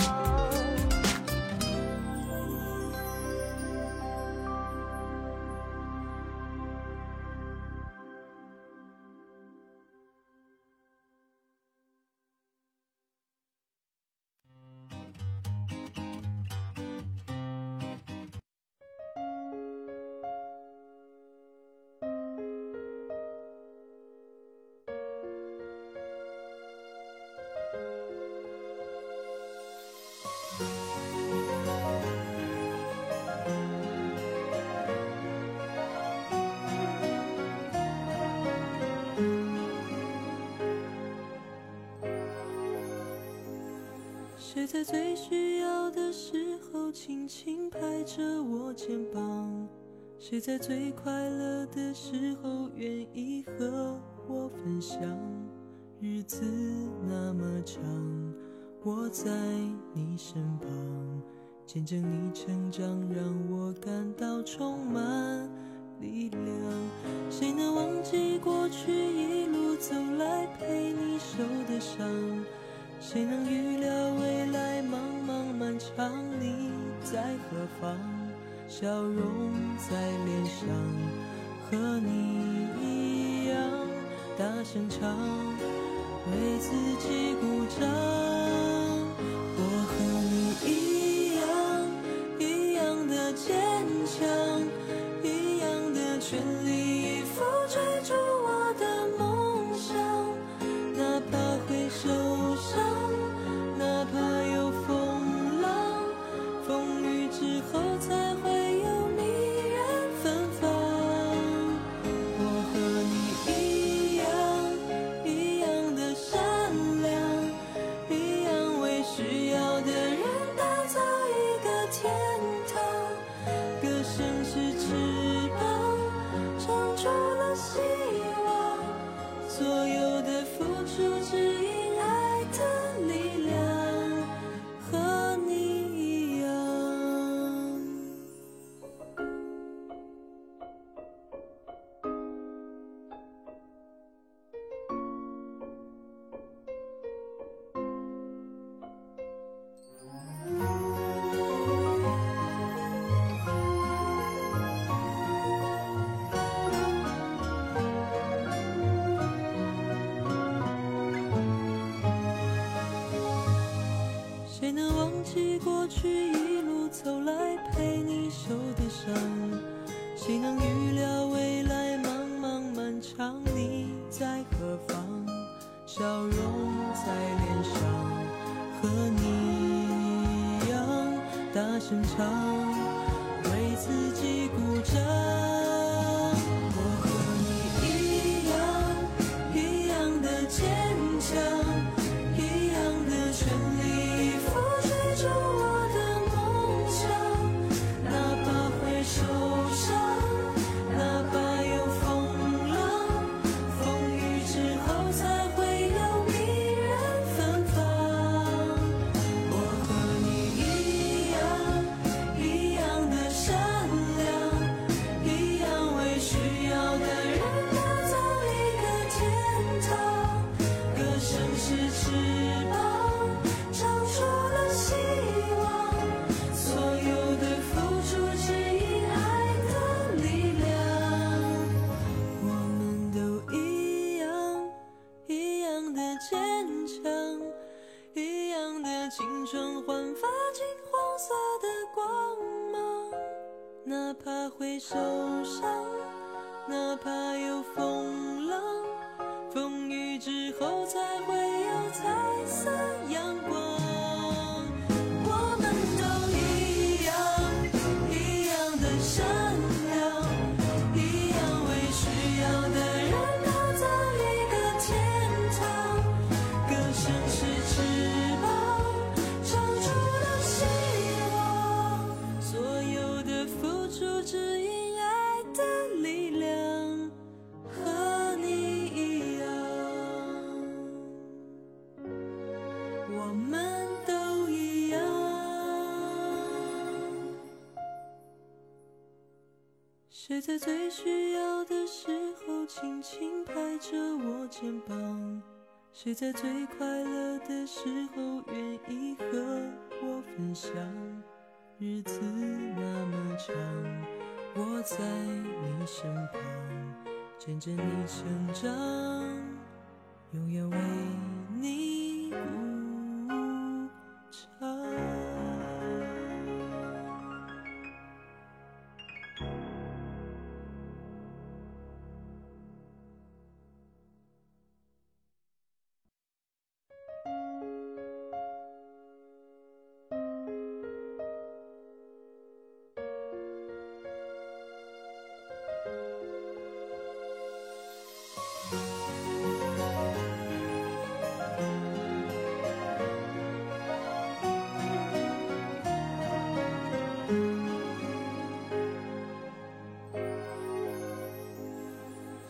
Speaker 2: 谁在最需要的时候轻轻拍着我肩膀？谁在最快乐的时候愿意和我分享？日子那么长，我在你身旁，见证你成长，让我感到充满力量。谁能忘记过去一路走来陪你受的伤？谁能预料未来茫茫漫长，你在何方？笑容在脸上，和你一样大声唱，为自己鼓掌。我和你一样，一样的坚强，一样的全力以赴追逐我的梦想。哪怕会受伤，哪怕有风浪，风雨之后才会有迷人芬芳。我和你一样，一样的善良，一样为需要的人打造一个天堂。歌声是翅膀，长出了希望，所有的付出只因爱的力量，和你一样。谁能忘记过去一路走来陪你受的伤？谁能预料未来茫茫漫长，你在何方？笑容在脸上，和你一样大声唱，为自己鼓掌。我和你一样，一样的坚强，一样的全力以赴追逐我的梦想。哪怕会受伤，哪怕有风浪，风雨之后才会有迷人芬芳。我和你一样，一样的善良，一样为需要的人打造一个天堂。歌声是翅膀，长出了希望，所有的付出只因爱的力量。我们都一样，一样的坚强，一样的青春焕发金黄色的光芒。哪怕会受伤，哪怕有风浪，风雨之后才会有彩色阳光。我们都一样，一样的善良，一样为需要的人打造一个天堂。歌声是翅膀，长出了希望，所有的付出只因爱的力量，和你一样。我们都一样。谁在最需要的时候轻轻拍着我肩膀？谁在最快乐的时候愿意和我分享？日子那么长，我在你身旁，见证你成长，永远为你鼓掌。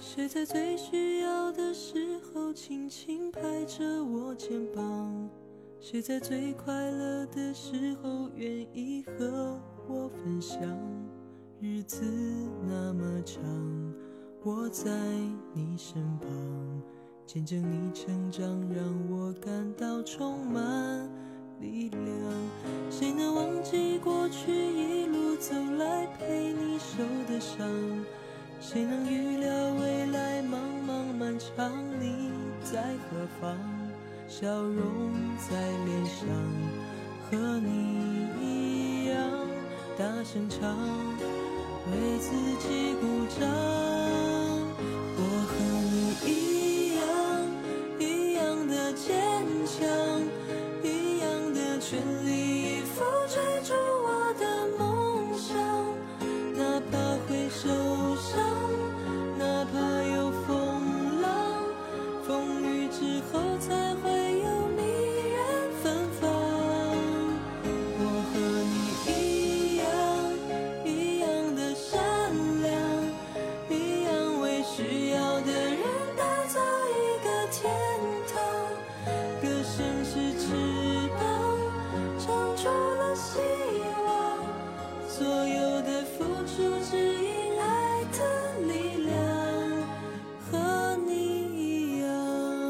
Speaker 2: 谁在最需要的时候轻轻拍着我肩膀？谁在最快乐的时候愿意和我分享？日子那么长，我在你身旁，见证你成长，让我感到充满力量。谁能忘记过去一路走来陪你受的伤？谁能预料未来茫茫漫长，你在何方？笑容在脸上，和你一样大声唱，为自己鼓掌。我和你一样，一样的坚强，一样的全力以赴追逐我的梦想。哪怕会受伤，哪怕有风浪，风雨之后才会有迷人芬芳。我和你一样，一样的善良，一样为需要的人打造一个天堂。歌声是翅膀，长出了希望，所有的付出只因爱的力量，和你一样。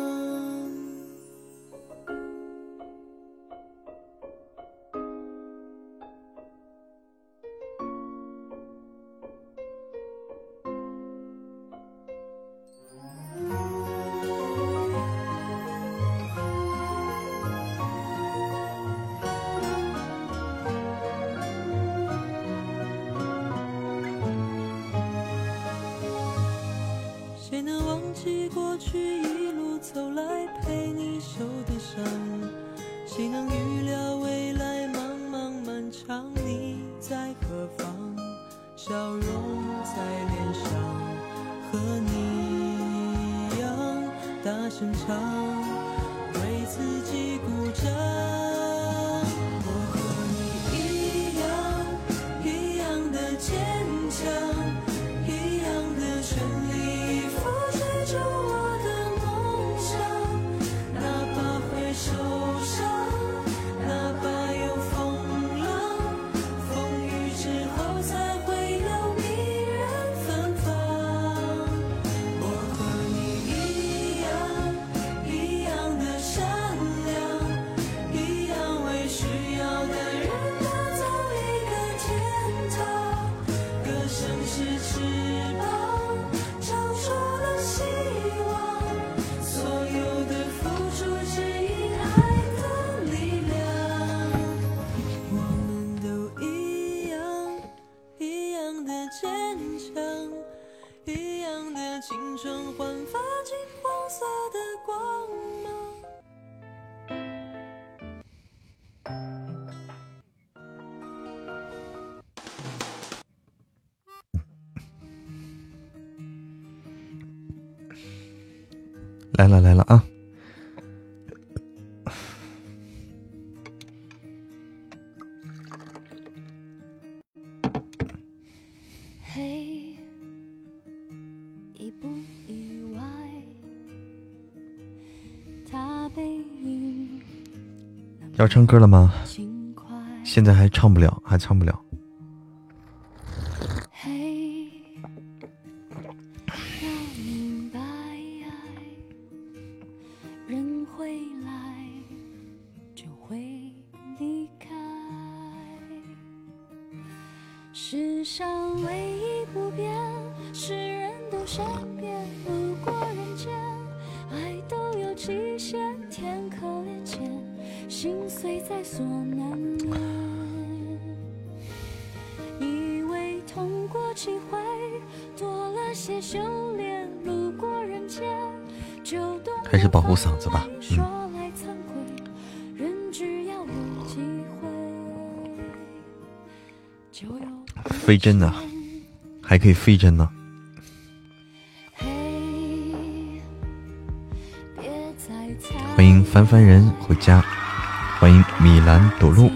Speaker 2: 谁能忘记过去一路走来陪你受的伤？谁能预料未来茫茫漫长，你在何方？笑容在脸上，和你一样大声唱，为自己鼓掌。我和你一样，一样的坚强，一样的全力以赴追逐我的梦想。哪怕会受伤，哪怕有风浪，风雨之后才会有迷人芬芳。我和你一样，一样的善良，一样为需要的人打造一个天堂。歌声是翅膀，长出了希望，所有的付出只因爱的力量。我们都一样，一样的坚强，一样的青春焕发金黄色的光芒。
Speaker 1: 来了来了啊！
Speaker 3: 嘿，意不意外？他背影
Speaker 1: 要唱歌了吗？
Speaker 3: 轻快。
Speaker 1: 现在还唱不了，还唱不了。
Speaker 3: 嘿，要明白，人会来，就会离开。世上唯一不变，是人都善变。路过人间，爱都有极限，天可怜见，心碎在所难免。以为痛过几回，多了些修炼。路过人间，就懂
Speaker 1: 还是保护嗓子吧。
Speaker 3: 说来惭愧，人只要有机会，就有
Speaker 1: 飞针呢、啊，还可以飞针呢、啊。欢迎凡凡人回家，欢迎米兰朵露。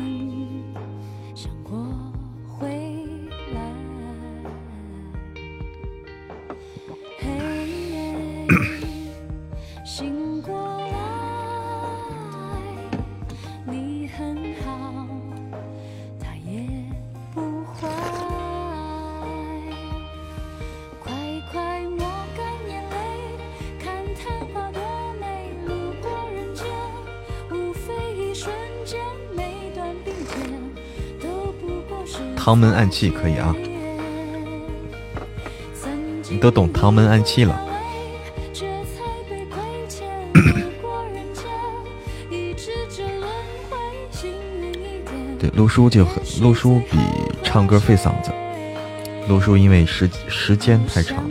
Speaker 1: 唐门暗器可以啊，你都懂唐门暗器了。对，陆叔就很，陆叔比唱歌费嗓子，陆叔因为时时间太长。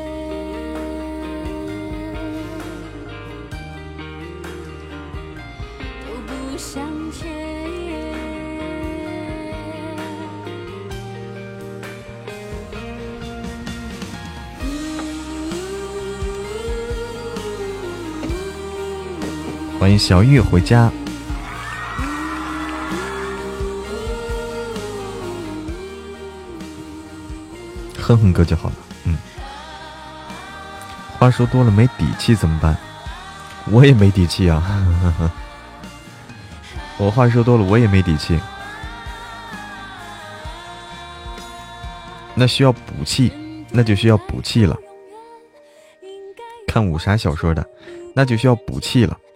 Speaker 1: 欢迎小玉回家。哼哼歌就好了。嗯，话说多了没底气怎么办？我也没底气啊。我话说多了我也没底气，那需要补气，那就需要补气了。看武侠小说的，那就需要补气了。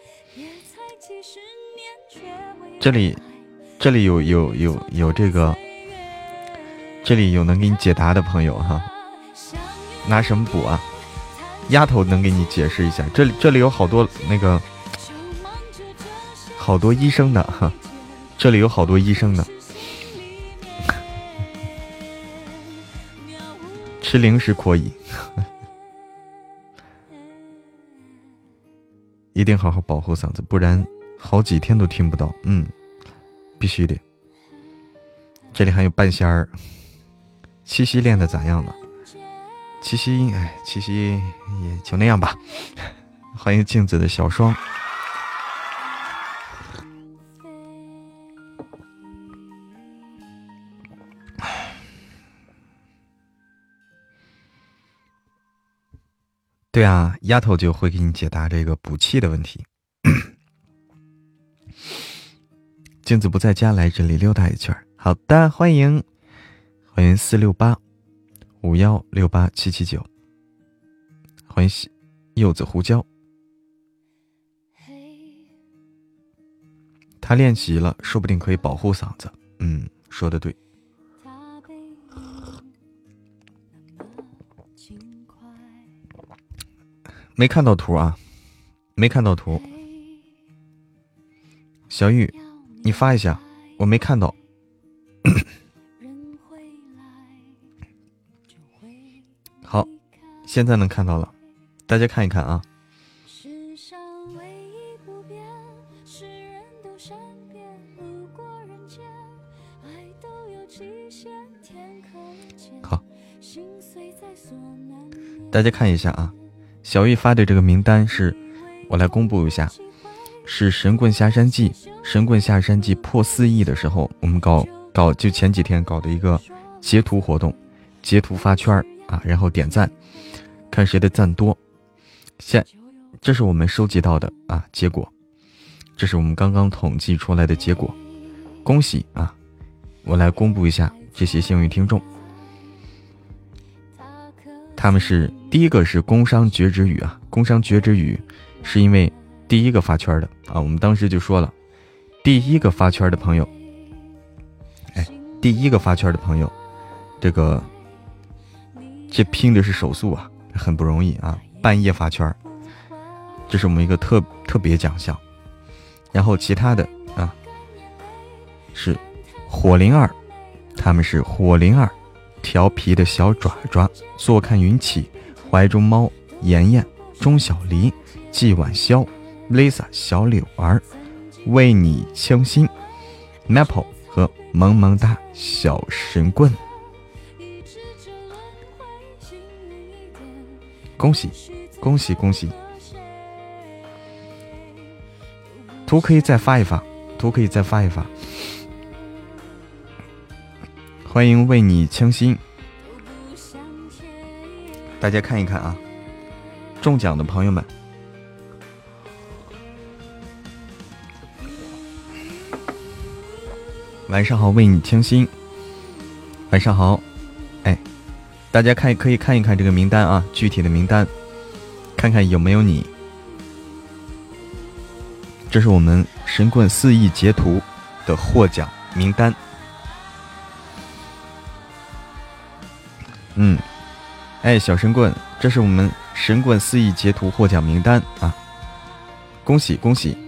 Speaker 1: 这里，这里有有有有这个，这里有能给你解答的朋友哈。拿什么补啊？丫头能给你解释一下。这里这里有好多那个，好多医生的哈。这里有好多医生的。吃零食可以。一定好好保护嗓子，不然好几天都听不到。嗯，必须得。这里还有半仙儿，七夕练的咋样了？七夕，哎，七夕也就那样吧。欢迎镜子的小双。对啊，丫头就会给你解答这个补气的问题。镜子不在家，来这里溜达一圈。好的，欢迎，欢迎四六八五幺六八七七九，欢迎柚子胡椒。他练习了，说不定可以保护嗓子。嗯，说的对。没看到图啊，没看到图。小雨，你发一下，我没看到。好，现在能看到了，大家看一看啊。好，大家看一下啊。小玉发的这个名单是，我来公布一下，是神棍下山记，神棍下山记破四亿的时候，我们搞搞就前几天搞的一个截图活动，截图发圈啊，然后点赞，看谁的赞多。现这是我们收集到的啊结果，这是我们刚刚统计出来的结果，恭喜啊！我来公布一下这些幸运听众。他们是第一个是工商绝止语啊，工商绝止语是因为第一个发圈的啊，我们当时就说了，第一个发圈的朋友，哎，第一个发圈的朋友，这个这拼的是手速啊，很不容易啊，半夜发圈，这是我们一个特特别奖项。然后其他的啊是火灵儿，他们是火灵儿。调皮的小爪爪，坐看云起，怀中猫，妍妍，钟小黎，季晚宵 ，Lisa 小柳儿，为你倾心 ，Maple 和萌萌哒小神棍。恭喜恭喜恭喜！图可以再发一发，图可以再发一发。欢迎为你倾心，大家看一看啊，中奖的朋友们，晚上好，为你倾心，晚上好，哎，大家看可以看一看这个名单啊，具体的名单，看看有没有你。这是我们神棍四亿截图的获奖名单。 嗯，哎，小神棍，这是我们神棍四亿截图获奖名单啊！恭喜恭喜！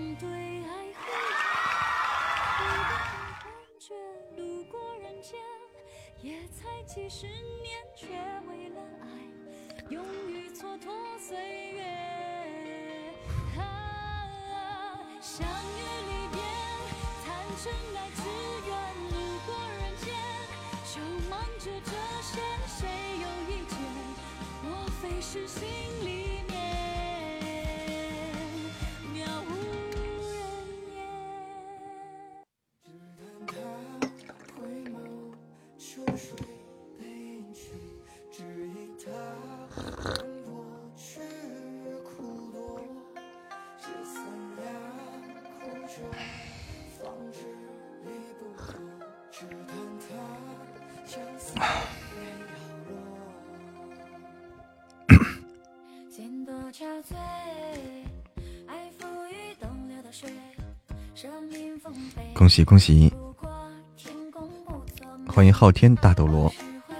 Speaker 1: 恭喜恭喜！欢迎昊天大斗罗。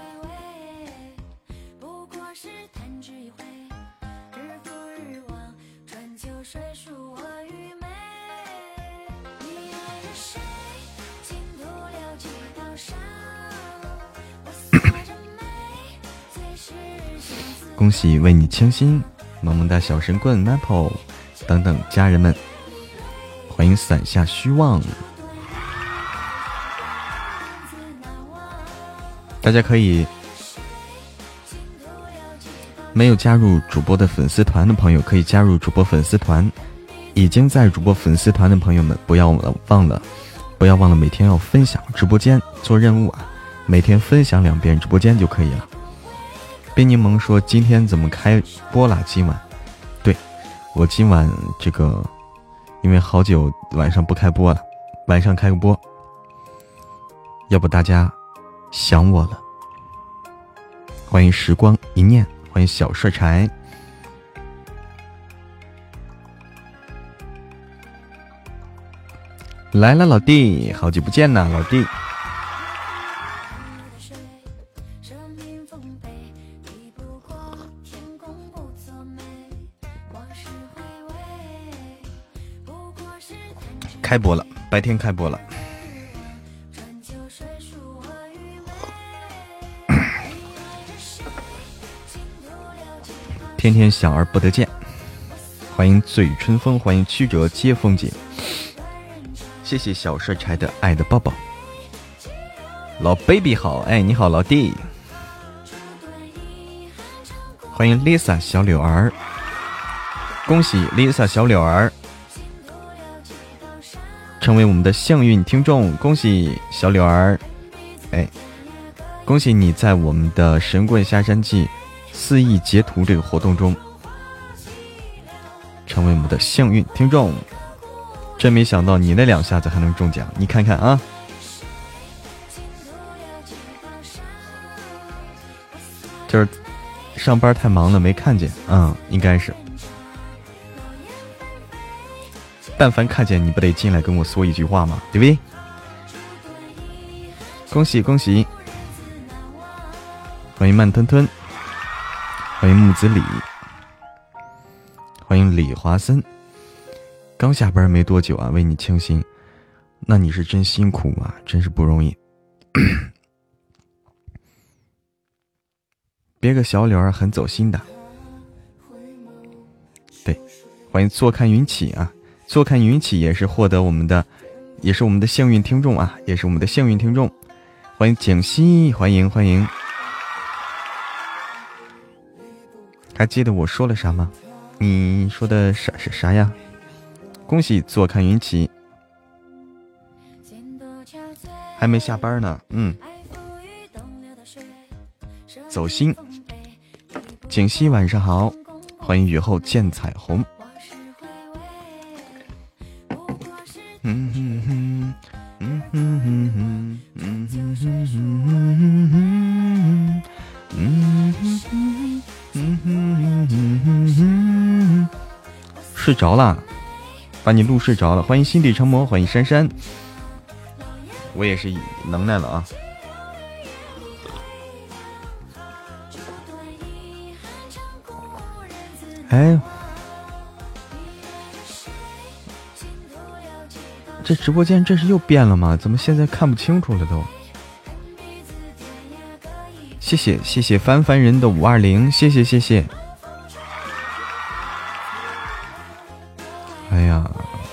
Speaker 1: 恭喜为你倾心，萌萌哒小神棍 Maple 等等家人们，欢迎伞下虚妄。大家可以没有加入主播的粉丝团的朋友可以加入主播粉丝团，已经在主播粉丝团的朋友们不要忘了不要忘了每天要分享直播间做任务啊，每天分享两遍直播间就可以了。边柠檬说今天怎么开播啦？今晚对我今晚这个因为好久晚上不开播了，晚上开个播，要不大家想我了。欢迎时光一念，欢迎小帅柴，来了老弟，好久不见呐老弟。开播了，白天开播了。天天想而不得见，欢迎醉雨春风，欢迎曲折接风景，谢谢小帅柴的爱的抱抱。老 baby 好，哎，你好老弟，欢迎 Lisa 小柳儿，恭喜 Lisa 小柳儿成为我们的幸运听众，恭喜小柳儿，哎，恭喜你在我们的神棍下山记四亿截图这个活动中成为我们的幸运听众，真没想到你那两下子还能中奖，你看看啊。就是上班太忙了没看见，嗯，应该是。但凡看见你不得进来跟我说一句话吗？对不对？恭喜恭喜！欢迎慢吞吞，欢迎木子李，欢迎李华森。刚下班没多久啊，为你倾心，那你是真辛苦啊，真是不容易。别个小柳儿很走心的。对，欢迎坐看云起啊。坐看云起也是获得我们的，也是我们的幸运听众啊，也是我们的幸运听众。欢迎景熙，欢迎欢迎。还记得我说了啥吗？你说的啥是啥呀？恭喜坐看云起，还没下班呢，嗯，走心。景熙晚上好，欢迎雨后见彩虹。嗯哼哼，嗯哼哼哼，嗯哼哼哼，嗯哼哼，嗯哼哼哼，睡着了，把你录睡着了。欢迎心底成魔，欢迎珊珊，我也是能耐了啊。 哎，这直播间这是又变了吗？怎么现在看不清楚了都？谢谢谢谢凡凡人的五二零，谢谢谢谢。哎呀，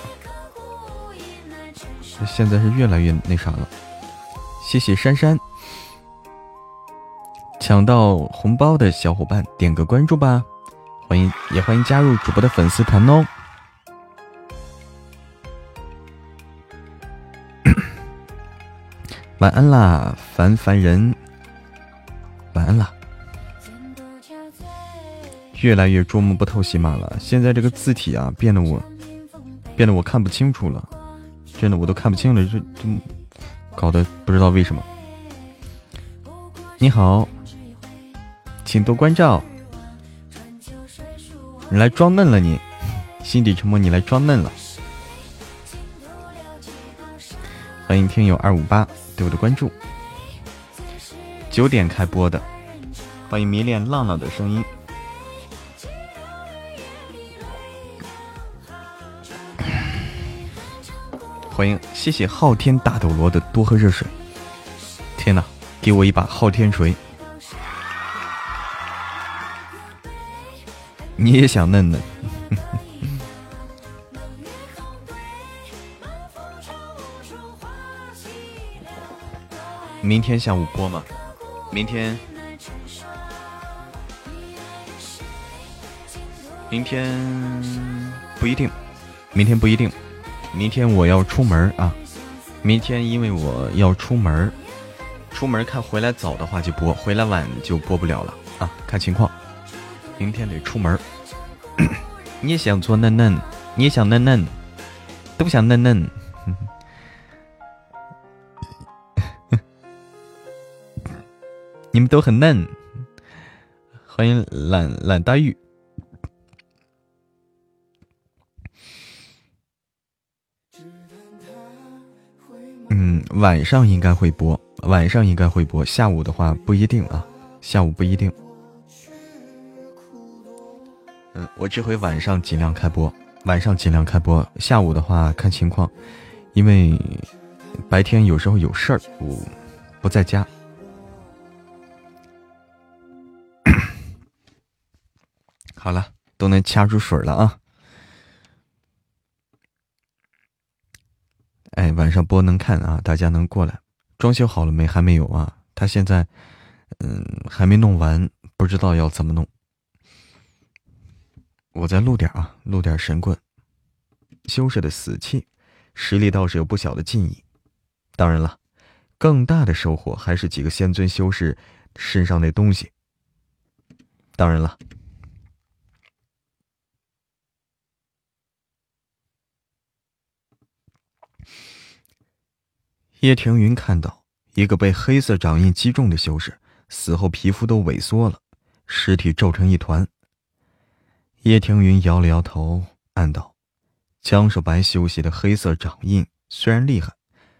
Speaker 1: 这现在是越来越那啥了。谢谢珊珊。抢到红包的小伙伴点个关注吧，欢迎也欢迎加入主播的粉丝团哦。晚安啦，凡凡人，晚安啦。越来越捉摸不透喜马了，现在这个字体啊，变得我变得我看不清楚了，真的我都看不清了，这这搞得不知道为什么。你好，请多关照。你来装嫩了你，心底沉默，你来装嫩了。欢迎听友二五八对我的关注。九点开播的，欢迎迷恋浪浪的声音。欢迎，谢谢昊天大斗罗的多喝热水。天哪，给我一把昊天锤！你也想嫩嫩？明天下午播吗？明天，明天不一定，明天不一定。明天我要出门啊！明天因为我要出门，出门看回来早的话就播，回来晚就播不了了啊，看情况。明天得出门。你也想做嫩嫩，你也想嫩嫩，都想嫩嫩。你们都很嫩。欢迎懒懒大玉。嗯，晚上应该会播，晚上应该会播，下午的话不一定啊，下午不一定。嗯，我这回晚上尽量开播，晚上尽量开播，下午的话看情况，因为白天有时候有事儿，我不在家。好了，都能掐出水了啊！哎，晚上播能看啊，大家能过来。装修好了没？还没有啊，他现在嗯还没弄完，不知道要怎么弄。我再录点啊，录点神棍。修士的死气，实力倒是有不小的进益。当然了，更大的收获还是几个仙尊修士身上那东西。当然了。叶庭云看到一个被黑色掌印击中的修士，死后皮肤都萎缩了，尸体皱成一团。叶庭云摇了摇头，暗道：江守白修习的黑色掌印虽然厉害，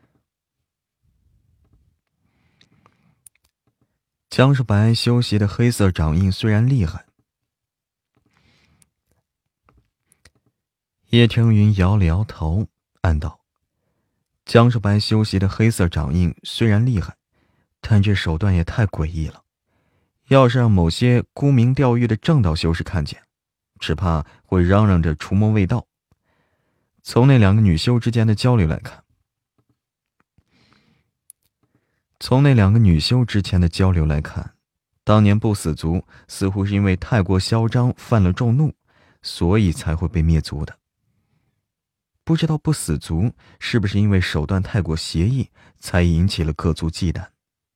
Speaker 1: 江守白修习的黑色掌印虽然厉害。叶庭云摇了摇头，暗道：江守白修习的黑色掌印虽然厉害，但这手段也太诡异了。要是让某些沽名钓誉的正道修士看见，只怕会嚷嚷着除魔卫道。从那两个女修之间的交流来看，从那两个女修之前的交流来看，当年不死族似乎是因为太过嚣张，犯了众怒，所以才会被灭族的。不知道不死族是不是因为手段太过邪异，才引起了各族忌惮。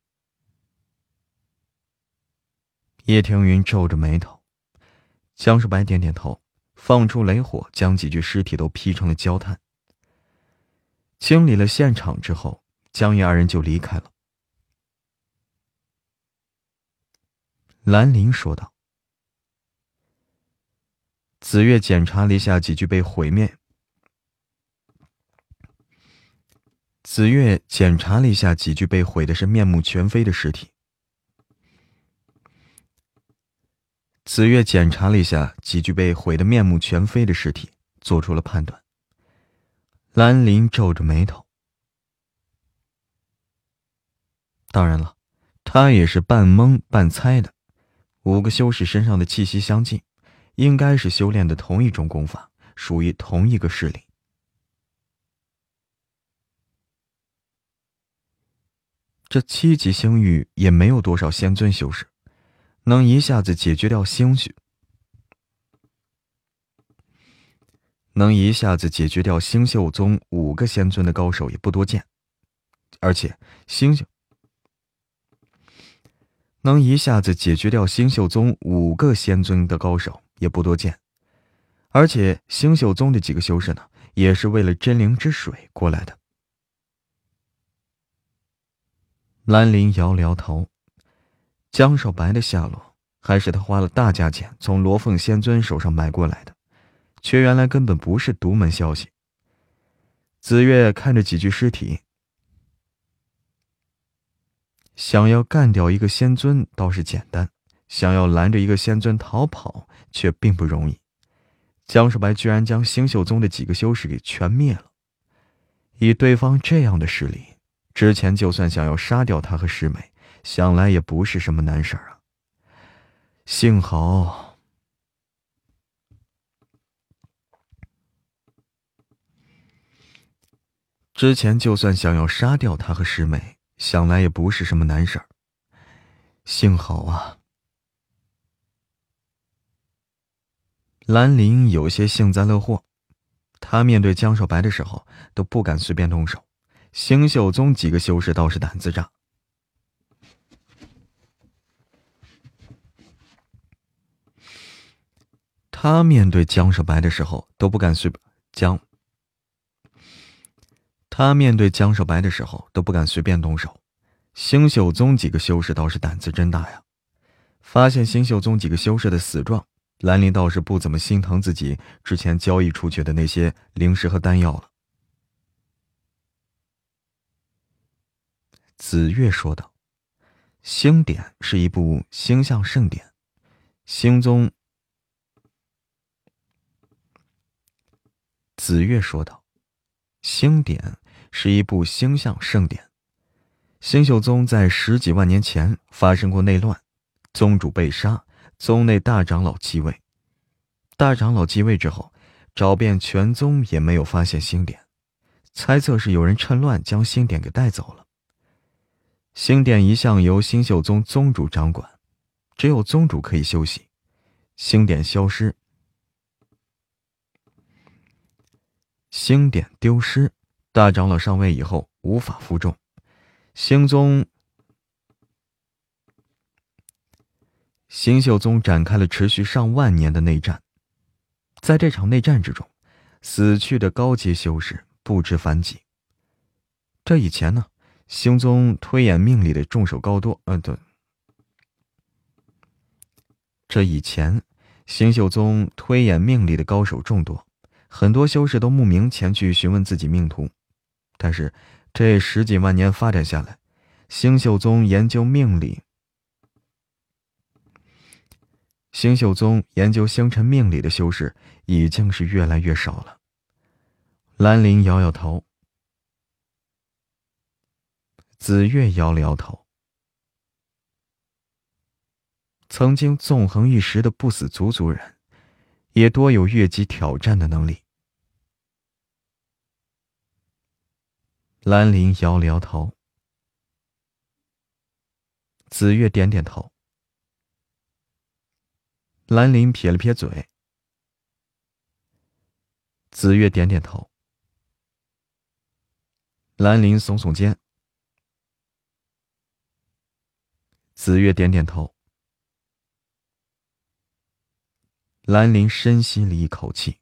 Speaker 1: 叶庭云皱着眉头，江守白点点头，放出雷火，将几具尸体都劈成了焦炭。清理了现场之后，江爷二人就离开了。兰陵说道：紫月检查了一下几具被毁灭紫月检查了一下几具被毁的是面目全非的尸体。 子越检查了一下几具被毁得面目全非的尸体，做出了判断。兰陵皱着眉头。当然了，他也是半懵半猜的。五个修士身上的气息相近，应该是修炼的同一种功法，属于同一个势力。这七级星域也没有多少仙尊修士，能一下子解决掉星宿，能一下子解决掉星宿宗五个仙尊的高手也不多见，而且星宿能一下子解决掉星宿宗五个仙尊的高手也不多见，而且星宿宗的几个修士呢，也是为了真灵之水过来的。兰陵摇了摇头，江少白的下落还是他花了大价钱从罗凤仙尊手上买过来的，却原来根本不是独门消息。子越看着几具尸体，想要干掉一个仙尊倒是简单，想要拦着一个仙尊逃跑却并不容易。江少白居然将星宿宗的几个修士给全灭了，以对方这样的实力，之前就算想要杀掉他和师妹，想来也不是什么难事儿啊。幸好之前就算想要杀掉他和师妹，想来也不是什么难事儿。幸好啊。兰陵有些幸灾乐祸，他面对江少白的时候都不敢随便动手，星宿宗几个修士倒是胆子大。他面对江少白的时候都不敢随江他面对江少白的时候都不敢随便动手，星宿宗几个修士倒是胆子真大呀。发现星宿宗几个修士的死状，兰陵倒是不怎么心疼自己之前交易出去的那些灵石和丹药了。子越说道：“星典是一部星象圣典，星宗。”子越说道：“星典是一部星象圣典。星宿宗在十几万年前发生过内乱，宗主被杀，宗内大长老继位。大长老继位之后，找遍全宗也没有发现星典，猜测是有人趁乱将星典给带走了。星典一向由星宿宗宗主掌管，只有宗主可以休息。星典消失，星典丢失，大长老上位以后无法服众，星宗星宿宗展开了持续上万年的内战。在这场内战之中，死去的高阶修士不知凡几。这以前呢，星宗推演命理的众手高多，呃，对，这以前星宿宗推演命理的高手众多，很多修士都慕名前去询问自己命途。但是这十几万年发展下来，星宿宗研究命理星宿宗研究星辰命理的修士已经是越来越少了。兰陵摇摇头，子越摇了摇头。曾经纵横一时的不死族族人，也多有越级挑战的能力。兰陵摇了摇头，子越点点头。兰陵撇了撇嘴，子越点点头。兰陵耸耸肩，子越点点头。兰陵深吸了一口气，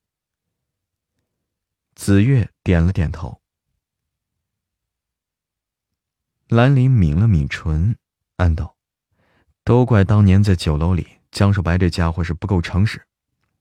Speaker 1: 子越点了点头。兰陵抿了抿唇，暗道：都怪当年在酒楼里江少白这家伙是不够诚实。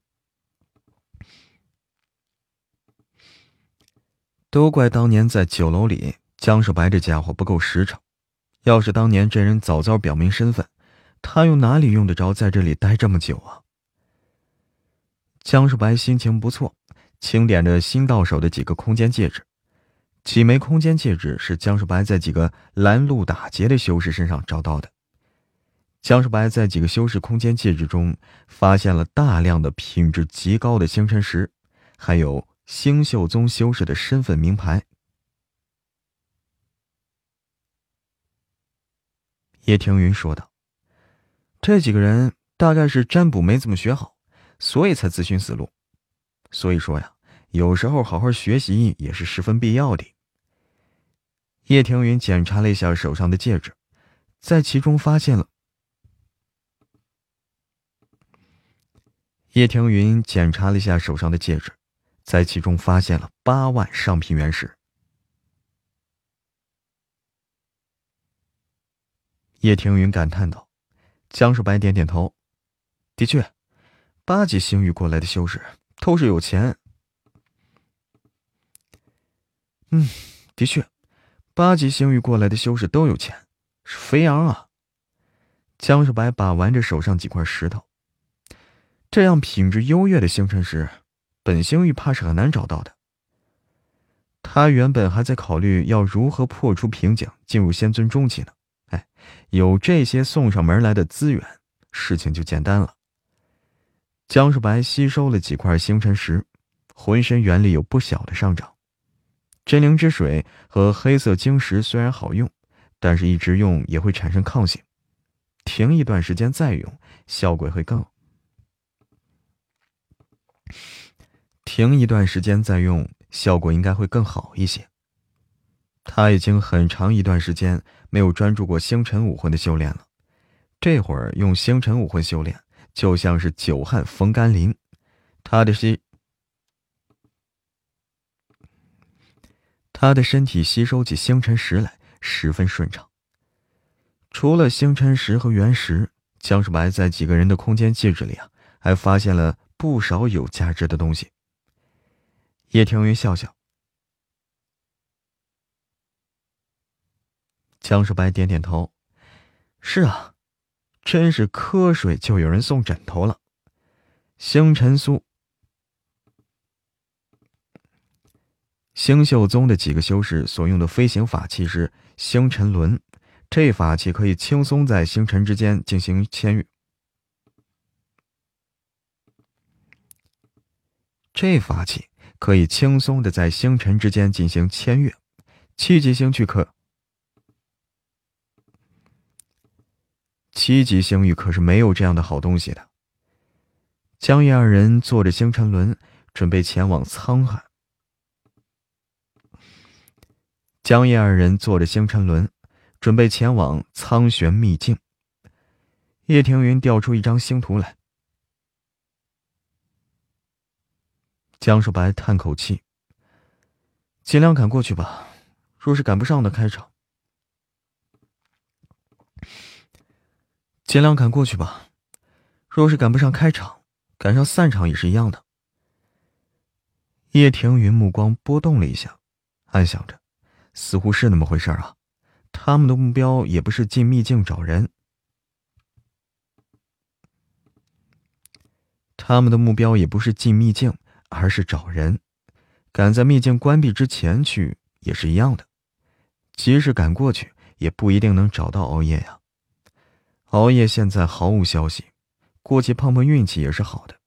Speaker 1: 都怪当年在酒楼里江少白这家伙不够实诚。要是当年这人早早表明身份， 他又哪里用得着在这里待这么久啊？江树白心情不错，清点着新到手的几个空间戒指。几枚空间戒指是江树白在几个拦路打劫的修士身上找到的。江树白在几个修士空间戒指中发现了大量的品质极高的星辰石，还有星宿宗修士的身份名牌。叶庭云说道：“这几个人大概是占卜没怎么学好，所以才自寻死路。所以说呀，有时候好好学习也是十分必要的。”叶庭云检查了一下手上的戒指，在其中发现了叶庭云检查了一下手上的戒指，在其中发现了八万上品原石。叶庭云感叹道。江树白点点头，的确，八级星域过来的修士都是有钱。嗯，的确，八级星域过来的修士都有钱，是肥羊啊。江树白把玩着手上几块石头，这样品质优越的星辰石，本星域怕是很难找到的。他原本还在考虑要如何破除瓶颈，进入仙尊中期呢。哎，有这些送上门来的资源，事情就简单了。江树白吸收了几块星辰石，浑身元力有不小的上涨。真灵之水和黑色晶石虽然好用，但是一直用也会产生抗性，停一段时间再用，效果会更停一段时间再用，效果应该会更好一些。他已经很长一段时间没有专注过星辰武魂的修炼了，这会儿用星辰武魂修炼，就像是久旱逢甘霖。他的吸，他的身体吸收起星辰石来十分顺畅。除了星辰石和原石，江树白在几个人的空间戒指里啊，还发现了不少有价值的东西。叶庭云笑笑。江树白点点头，是啊，真是瞌睡就有人送枕头了。星辰苏星宿宗的几个修士所用的飞行法器是星辰轮，这法器可以轻松在星辰之间进行签约。这法器可以轻松的在星辰之间进行签约。七级星域可七级星域可是没有这样的好东西的。江夜二人坐着星辰轮，准备前往沧海。江夜二人坐着星辰轮，准备前往苍玄秘境。叶庭云调出一张星图来。江树白叹口气，尽量赶过去吧，若是赶不上的开场。尽量赶过去吧，若是赶不上开场，赶上散场也是一样的。叶庭云目光波动了一下，暗想着，似乎是那么回事啊。他们的目标也不是进秘境找人，他们的目标也不是进秘境，而是找人。赶在秘境关闭之前去也是一样的，即使赶过去，也不一定能找到熬夜呀。熬夜现在毫无消息，过去碰碰运气也是好的。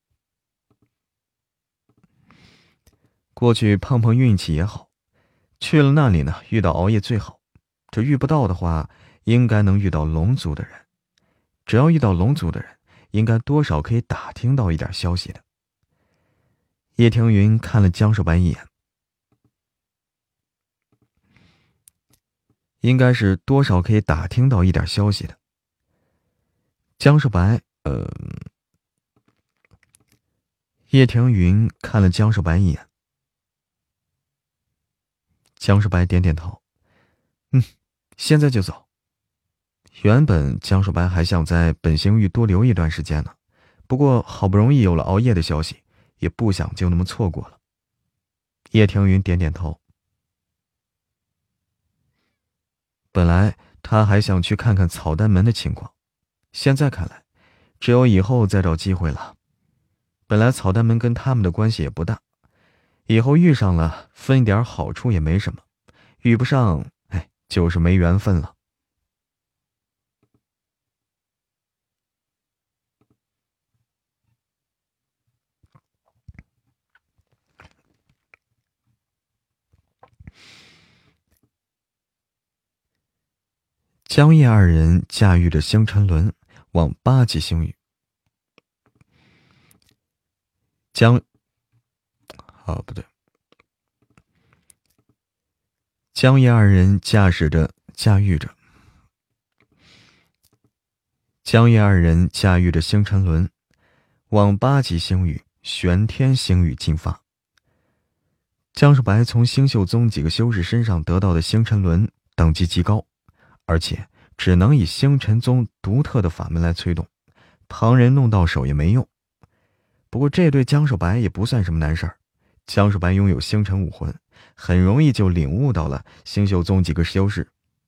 Speaker 1: 过去碰碰运气也好，去了那里呢，遇到熬夜最好。这遇不到的话，应该能遇到龙族的人。只要遇到龙族的人，应该多少可以打听到一点消息的。叶庭云看了江树白一眼，应该是多少可以打听到一点消息的。江树白，呃，叶庭云看了江树白一眼。江树白点点头，嗯，现在就走。原本江树白还想在本星域多留一段时间呢，不过好不容易有了熬夜的消息，也不想就那么错过了。叶庭云点点头。本来他还想去看看草丹门的情况， 现在看来，只有以后再找机会了。本来草丹门跟他们的关系也不大，以后遇上了分一点好处也没什么，遇不上，哎，就是没缘分了。江夜二人驾驭着星辰轮往八级星域。江，啊不对，江夜二人驾驶着驾驭着，江夜二人驾驭着星辰轮往八级星域玄天星域进发。江少白从星宿宗几个修士身上得到的星辰轮等级极高，而且只能以星辰宗独特的法门来催动，旁人弄到手也没用。不过这对江少白也不算什么难事儿，江少白拥有星辰武魂，很容易就领悟到了星宿宗几个修士，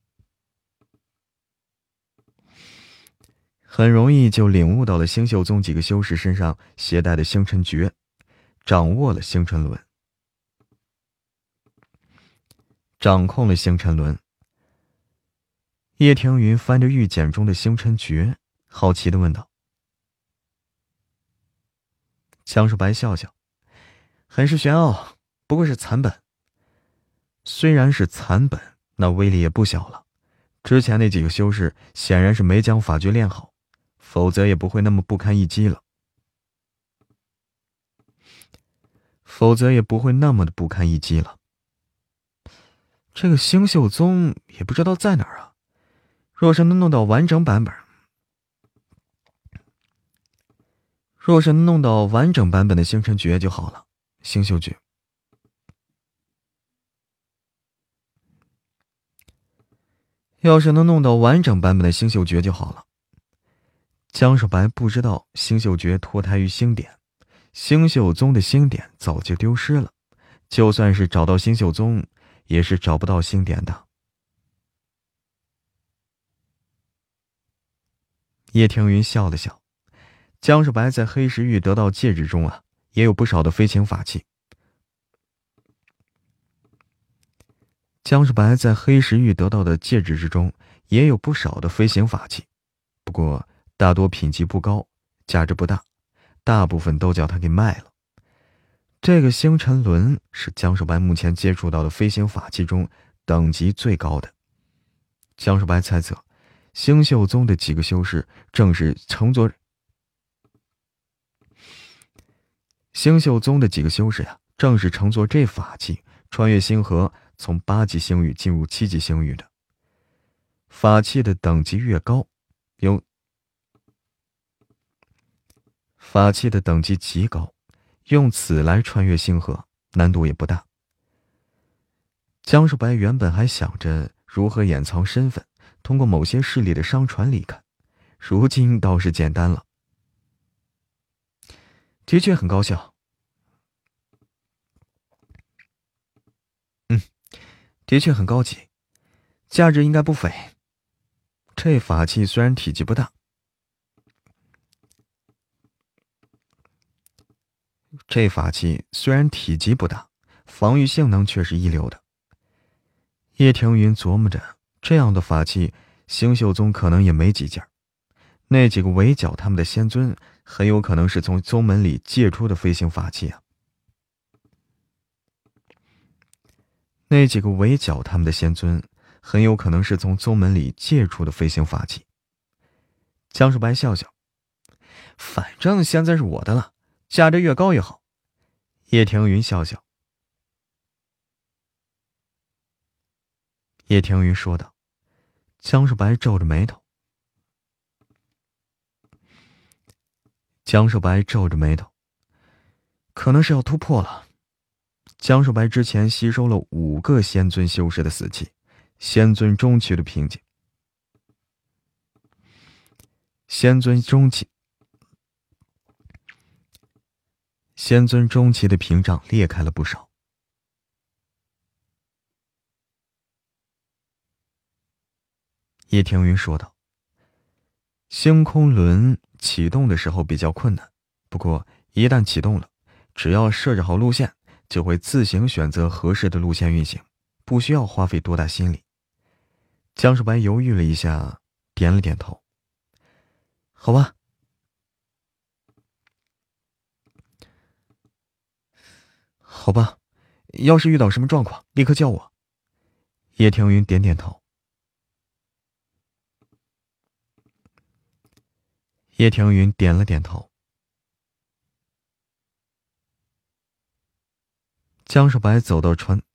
Speaker 1: 很容易就领悟到了星宿宗几个修士身上携带的星辰诀，掌握了星辰轮，掌控了星辰轮。叶庭云翻着玉简中的星辰诀，好奇地问道。江少白笑笑，很是玄奥，不过是残本。虽然是残本，那威力也不小了。之前那几个修士显然是没将法诀练好，否则也不会那么不堪一击了。否则也不会那么的不堪一击了。这个星宿宗也不知道在哪儿啊，若是能弄到完整版本，若是能弄到完整版本的星辰诀就好了。星宿诀，要是能弄到完整版本的星宿诀就好了。江少白不知道星宿诀脱胎于星典，星宿宗的星典早就丢失了，就算是找到星宿宗，也是找不到星典的。叶庭云笑了笑，江少白在黑石域得到戒指中啊，也有不少的飞行法器。江少白在黑石域得到的戒指之中，也有不少的飞行法器，不过大多品级不高，价值不大，大部分都叫他给卖了。这个星辰轮是江少白目前接触到的飞行法器中等级最高的。江少白猜测，星宿宗的几个修士正是乘坐星宿宗的几个修士呀、啊，正是乘坐这法器穿越星河，从八级星域进入七级星域的。法器的等级越高，用法器的等级极高，用此来穿越星河，难度也不大。江少白原本还想着如何掩藏身份，通过某些势力的商船离开，如今倒是简单了。的确很高效。嗯，的确很高级，价值应该不菲。这法器虽然体积不大，这法器虽然体积不大，防御性能却是一流的。叶庭云琢磨着，这样的法器，星宿宗可能也没几件。那几个围剿他们的仙尊，很有可能是从宗门里借出的飞行法器啊。那几个围剿他们的仙尊，很有可能是从宗门里借出的飞行法器。江少白笑笑，反正现在是我的了，价值越高越好。叶庭云笑笑。叶庭云说道。江少白皱着眉头。江少白皱着眉头，可能是要突破了。江少白之前吸收了五个仙尊修士的死气，仙尊中期的瓶颈，仙尊中期，仙尊中期的屏障裂开了不少。叶庭云说道。 星空轮启动的时候比较困难，不过一旦启动了，只要设置好路线，就会自行选择合适的路线运行，不需要花费多大心力。江少白犹豫了一下，点了点头。好吧。好吧，要是遇到什么状况，立刻叫我。叶庭云点点头。叶庭云点了点头。江少白走到船，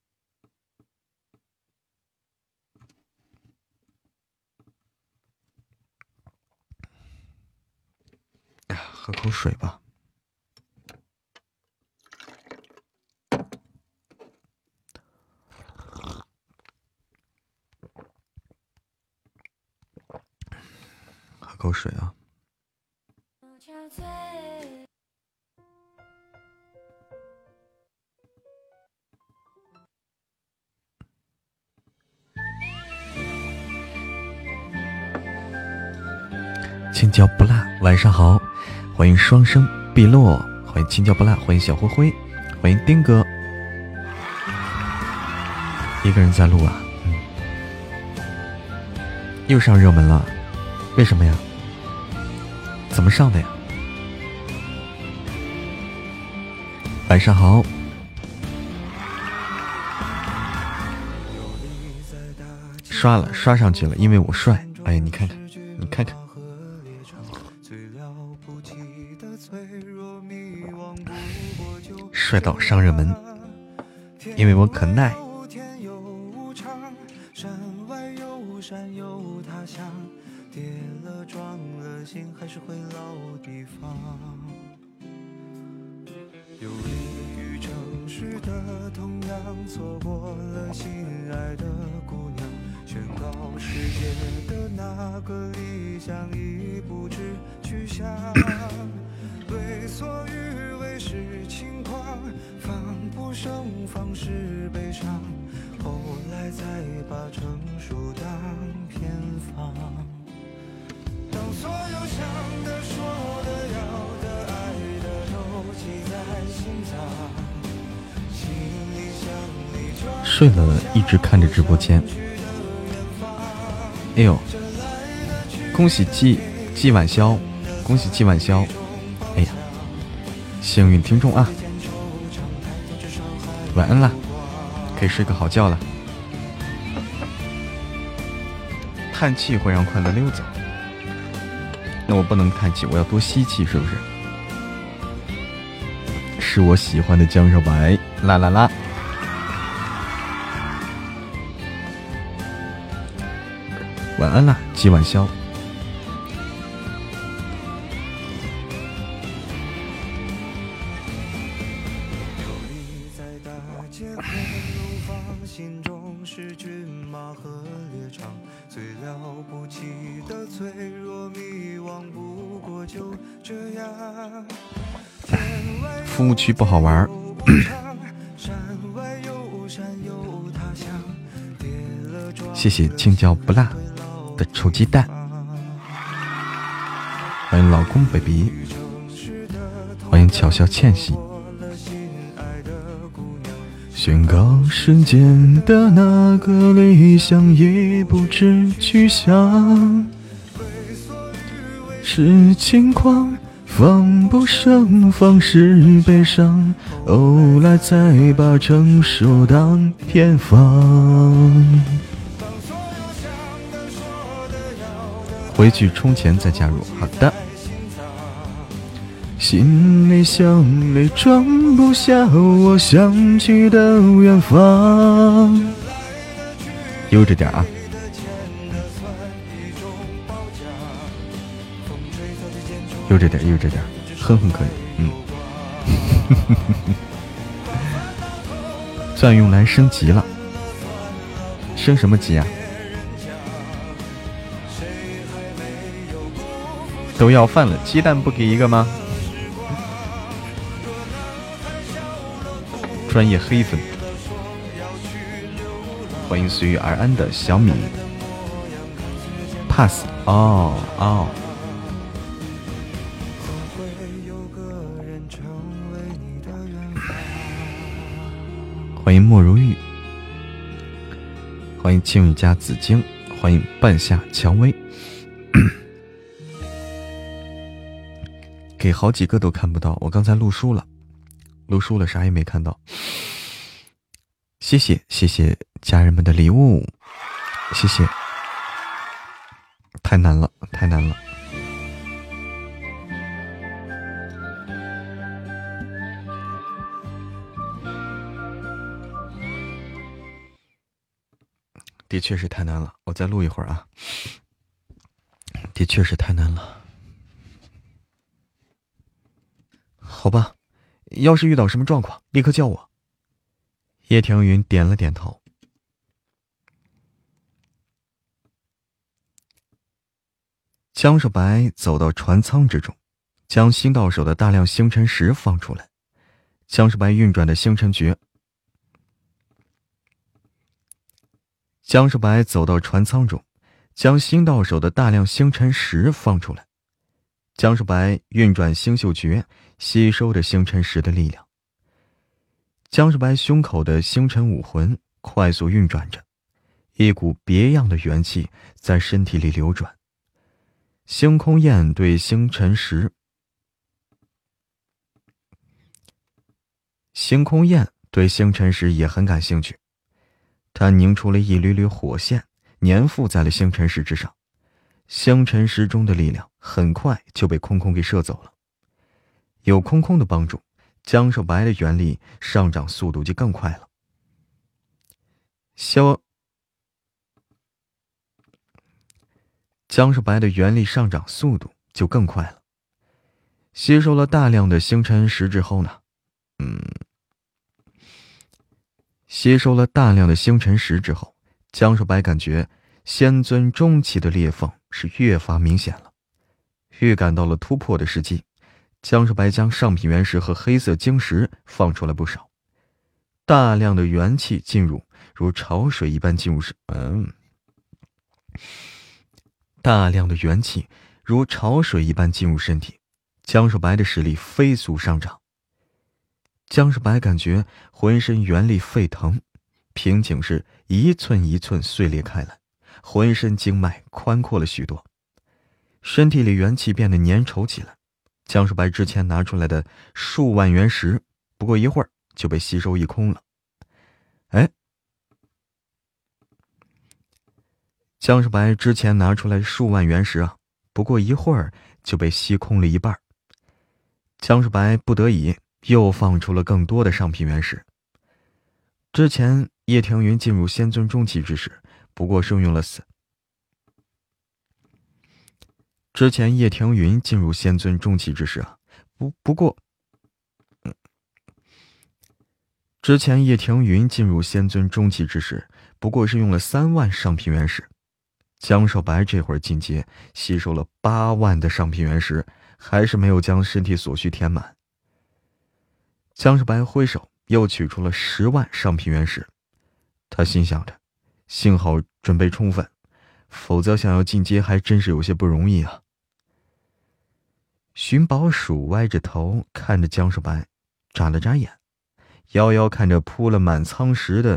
Speaker 1: 哎呀，喝口水吧。喝口水啊。青椒不辣，晚上好，欢迎双生碧落，欢迎青椒不辣，欢迎小灰灰，欢迎丁哥。一个人在录啊，嗯，又上热门了，为什么呀？怎么上的呀？晚上好。刷了，刷上去了，因为我帅。哎呀，你看看，你看看。帅到上热门，因为我可耐。有利于城市的同样错过了心爱的姑娘，宣告世界的那个理想已不知去向，为所欲为是轻狂，防不胜防是悲伤，后来才把成熟当偏方。当所有想的说的要的爱的都记在心脏，心里想你转睡了，一直看着直播间。哎呦，恭喜季季晚宵，恭喜季晚宵。哎呀，幸运听众啊，晚安啦，可以睡个好觉了。叹气会让快乐溜走，那我不能叹气，我要多吸气，是不是？是我喜欢的江少白，啦啦啦！晚安啦，季晚宵。服务区不好玩。谢谢青椒不辣的臭鸡蛋，欢迎老公 baby， 欢迎巧笑倩兮。宣告世间的那个理想已不知去向，是轻狂防不胜防是悲伤，后来才把成熟当偏方。回去充钱再加入，好的。心里想里装不下我想去的远方，悠着点啊。悠着点，悠着点，哼哼可以，嗯。钻用来升级了，升什么级啊？都要饭了，鸡蛋不给一个吗？专业黑粉，欢迎随遇而安的小米 pass。 哦哦。欢迎莫如玉，欢迎青雨家紫荆，欢迎半夏蔷薇。给好几个都看不到，我刚才录书了，录书了啥也没看到。谢谢谢谢家人们的礼物，谢谢。太难了太难了。的确是太难了，我再录一会儿啊。的确是太难了。好吧，要是遇到什么状况立刻叫我。叶庭云点了点头。江少白走到船舱之中，将新到手的大量星辰石放出来。江少白运转的星辰诀。江少白走到船舱中，将新到手的大量星辰石放出来。江少白运转星宿诀，吸收着星辰石的力量。江少白胸口的星辰武魂快速运转着，一股别样的元气在身体里流转。星空焰对星辰石，星空焰对星辰石也很感兴趣，他凝出了一缕缕火线，粘附在了星辰石之上。星辰石中的力量很快就被空空给射走了。有空空的帮助，江少白的元力上涨速度就更快了。消江少白的元力上涨速度就更快了。吸收了大量的星辰石之后呢，嗯，吸收了大量的星辰石之后，江少白感觉仙尊中期的裂缝是越发明显了。预感到了突破的时机，江少白将上品原石和黑色晶石放出来不少，大量的元气进入，如潮水一般进入身，嗯，大量的元气如潮水一般进入身体，江少白的实力飞速上涨。江少白感觉浑身元力沸腾，瓶颈是一寸一寸碎裂开来，浑身经脉宽阔了许多，身体里元气变得粘稠起来。江少白之前拿出来的数万元石，不过一会儿就被吸收一空了。哎，江少白之前拿出来数万元石啊，不过一会儿就被吸空了一半。江少白不得已又放出了更多的上品原石。之前叶庭云进入仙尊中期之时，不过是用了四。之前叶庭云进入仙尊中期之时啊，不不过，嗯，之前叶庭云进入仙尊中期之时，不过是用了三万上品原石。江少白这会儿进阶，吸收了八万的上品原石，还是没有将身体所需填满。江少白挥手又取出了十万上品原石，他心想着，幸好准备充分，否则想要进阶还真是有些不容易啊。寻宝鼠歪着头看着江少白，眨了眨眼，遥遥看着铺了满仓石的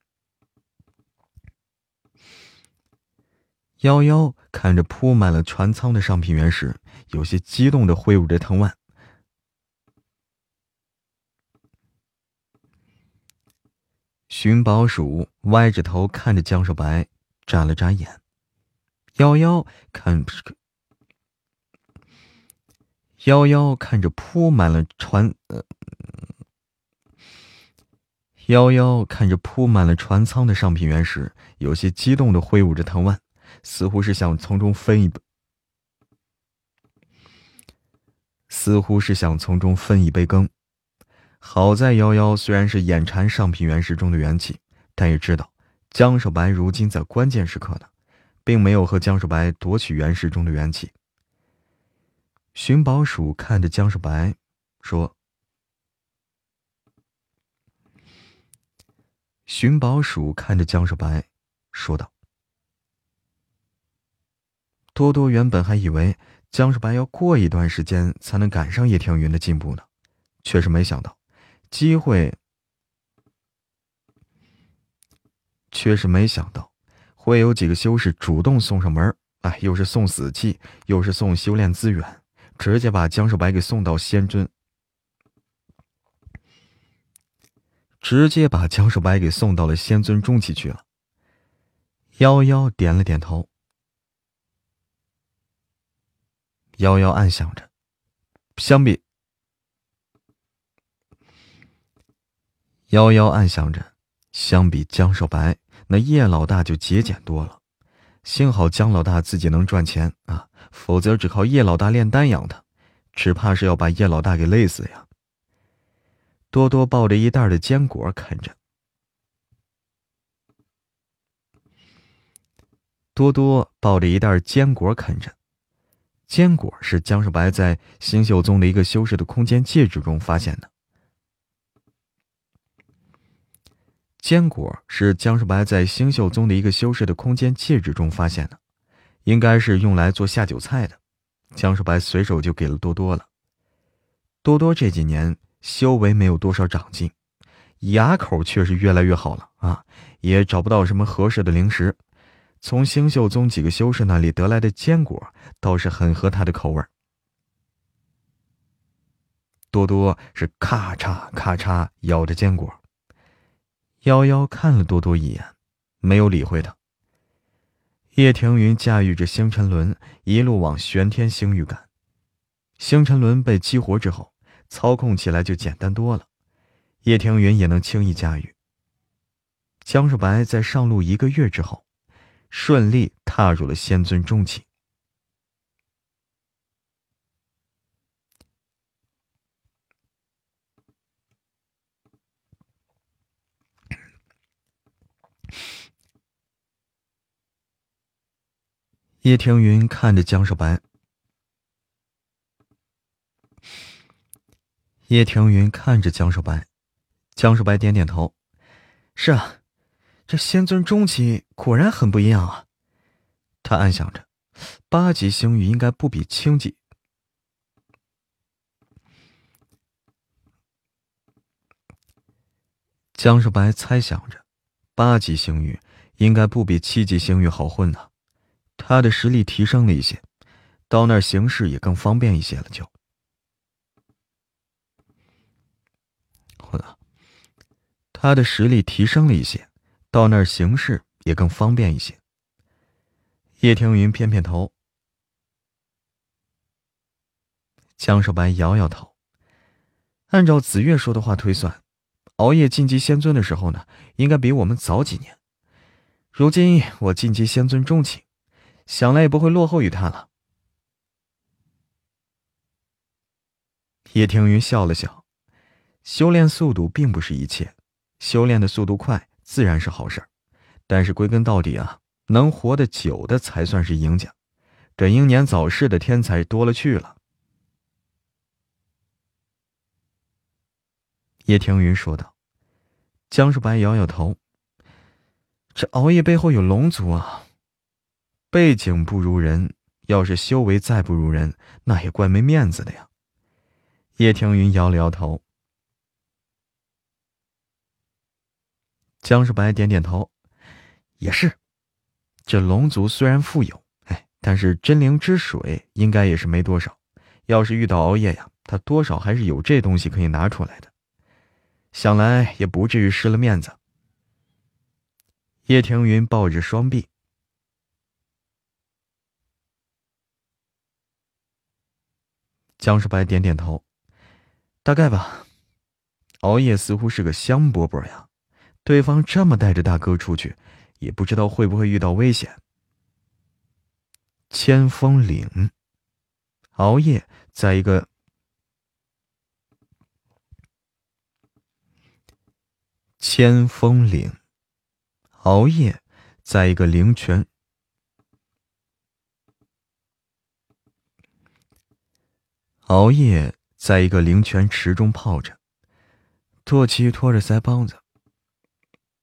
Speaker 1: 夭夭看着铺满了船舱的上品原石，有些激动地挥舞着藤蔓。寻宝鼠歪着头看着江少白，眨了眨眼。夭夭看夭夭看着铺满了船呃，夭夭看着铺满了船舱的上品原石，有些激动地挥舞着藤蔓，似乎是想从中分一杯，似乎是想从中分一杯羹。好在夭夭虽然是眼馋上品原石中的元气，但也知道江少白如今在关键时刻呢，并没有和江少白夺取原石中的元气。寻宝鼠看着江少白说：“寻宝鼠看着江少白说道。” 多多原本还以为江少白要过一段时间才能赶上叶庭云的进步呢，却是没想到机会却是没想到会有几个修士主动送上门，哎，又是送死气，又是送修炼资源，直接把江少白给送到仙尊，直接把江少白给送到了仙尊中期去了。夭夭点了点头，夭夭暗想着，相比夭夭暗想着，相比江少白，那叶老大就节俭多了。幸好江老大自己能赚钱啊，否则只靠叶老大炼丹养他，只怕是要把叶老大给累死呀。多多抱着一袋的坚果啃着，多多抱着一袋坚果啃着。坚果是江少白在星宿宗的一个修士的空间戒指中发现的。坚果是江少白在星宿宗的一个修士的空间戒指中发现的，应该是用来做下酒菜的。江少白随手就给了多多了。多多这几年修为没有多少长进，牙口却是越来越好了啊，也找不到什么合适的零食。从星宿宗几个修士那里得来的坚果倒是很合他的口味。多多是咔嚓咔嚓咬着坚果。夭夭看了多多一眼，没有理会他。叶庭云驾驭着星辰轮一路往玄天星域赶。星辰轮被激活之后，操控起来就简单多了，叶庭云也能轻易驾驭。江少白在上路一个月之后，顺利踏入了仙尊中期。叶庭云看着江少白，叶庭云看着江少白，江少白点点头，是啊，这仙尊中期果然很不一样啊。他暗想着，八级星域应该不比轻级。江少白猜想着，八级星域应该不比七级星域好混呢。他的实力提升了一些，到那儿行事也更方便一些了就。混啊！他的实力提升了一些，到那儿行事也更方便一些。叶庭云偏偏头，江少白摇摇头。按照子月说的话推算，熬夜晋级仙尊的时候呢，应该比我们早几年。如今我晋级仙尊中期，想来也不会落后于他了。叶庭云笑了笑，修炼速度并不是一切，修炼的速度快自然是好事，但是归根到底啊，能活得久的才算是赢家，这英年早逝的天才多了去了。叶庭云说道。江少白摇摇头，这熬夜背后有龙族啊，背景不如人，要是修为再不如人，那也怪没面子的呀。叶庭云摇了摇头。江少白点点头，也是，这龙族虽然富有，哎，但是真灵之水应该也是没多少，要是遇到熬夜呀，他多少还是有这东西可以拿出来的，想来也不至于失了面子。叶庭云抱着双臂，江少白点点头，大概吧。熬夜似乎是个香饽饽呀，对方这么带着大哥出去，也不知道会不会遇到危险。千峰岭，熬夜在一个千峰岭，熬夜在一个灵泉熬夜在一个灵泉池中泡着，唾弃拖着腮帮子。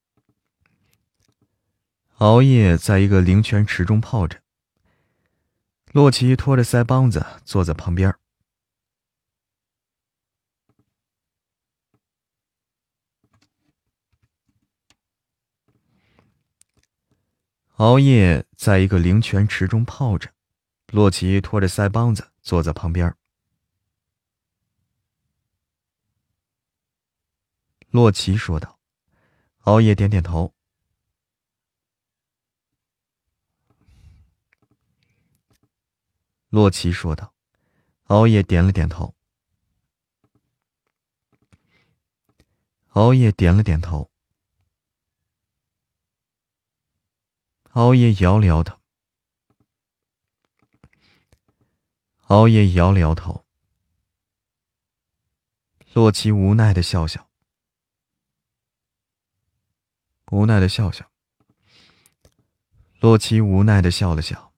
Speaker 1: 熬夜在一个灵泉池中泡着， 洛奇拖着腮帮子坐在旁边。熬夜在一个灵泉池中泡着，洛奇拖着腮帮子坐在旁边。洛奇说道。熬夜点点头。洛奇说道。熬夜点了点头。熬夜点了点头。熬夜摇了摇头。熬夜摇了摇头。洛奇无奈的笑笑。无奈的笑笑。洛奇无奈的笑了笑。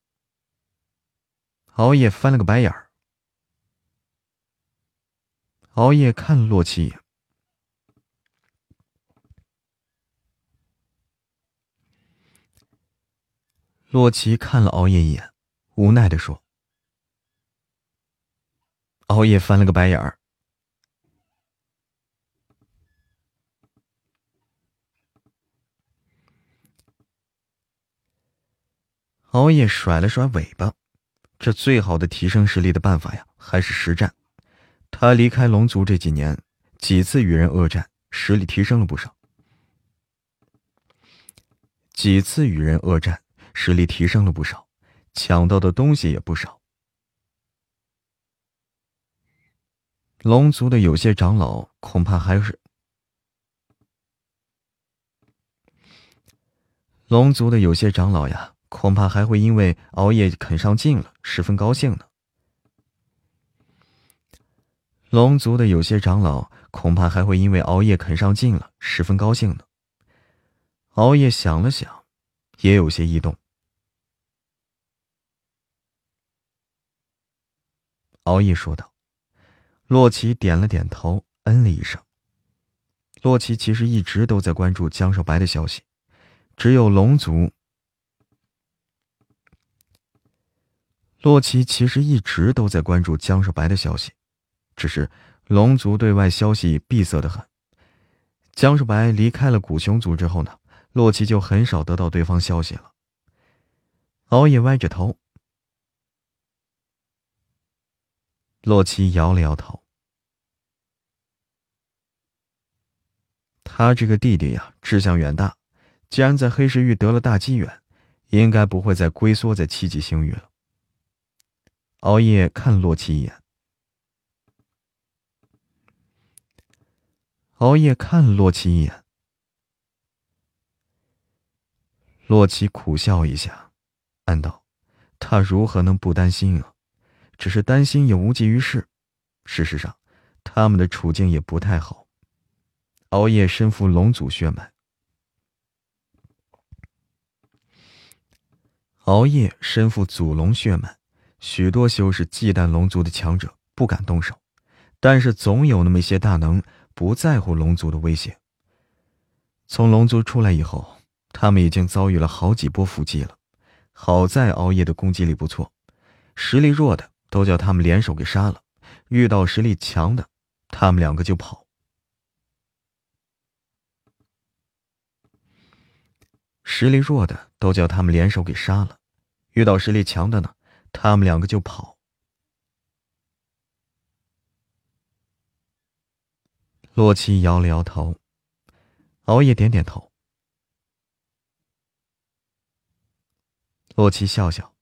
Speaker 1: 熬夜翻了个白眼儿。熬夜看了洛奇一眼。洛奇看了熬夜一眼，无奈地说。熬夜翻了个白眼儿。熬夜甩了甩尾巴，这最好的提升实力的办法呀，还是实战。他离开龙族这几年，几次与人恶战，实力提升了不少。几次与人恶战，实力提升了不少，抢到的东西也不少。龙族的有些长老恐怕还是龙族的有些长老呀，恐怕还会因为熬夜啃上劲了，十分高兴呢。龙族的有些长老恐怕还会因为熬夜啃上劲了，十分高兴呢。熬夜想了想，也有些异动。熬夜说道。洛奇点了点头，嗯了一声。洛奇其实一直都在关注江少白的消息，只有龙族洛奇其实一直都在关注江少白的消息，只是龙族对外消息闭塞得很。江少白离开了古熊族之后呢，洛奇就很少得到对方消息了。熬夜歪着头。洛奇摇了摇头。他这个弟弟呀，志向远大，既然在黑石域得了大机缘，应该不会再龟缩在七级星域了。熬夜看洛奇一眼。熬夜看洛奇一眼。洛奇苦笑一下，暗道：他如何能不担心啊？只是担心也无济于事。事实上，他们的处境也不太好。熬夜身负龙族血脉。熬夜身负祖龙血脉，许多修士忌惮龙族的强者，不敢动手。但是总有那么一些大能不在乎龙族的威胁。从龙族出来以后，他们已经遭遇了好几波伏击了。好在熬夜的攻击力不错，实力弱的都叫他们联手给杀了，遇到实力强的，他们两个就跑。实力弱的都叫他们联手给杀了，遇到实力强的呢，他们两个就跑。洛奇摇了摇头。熬夜点点头。洛奇笑笑。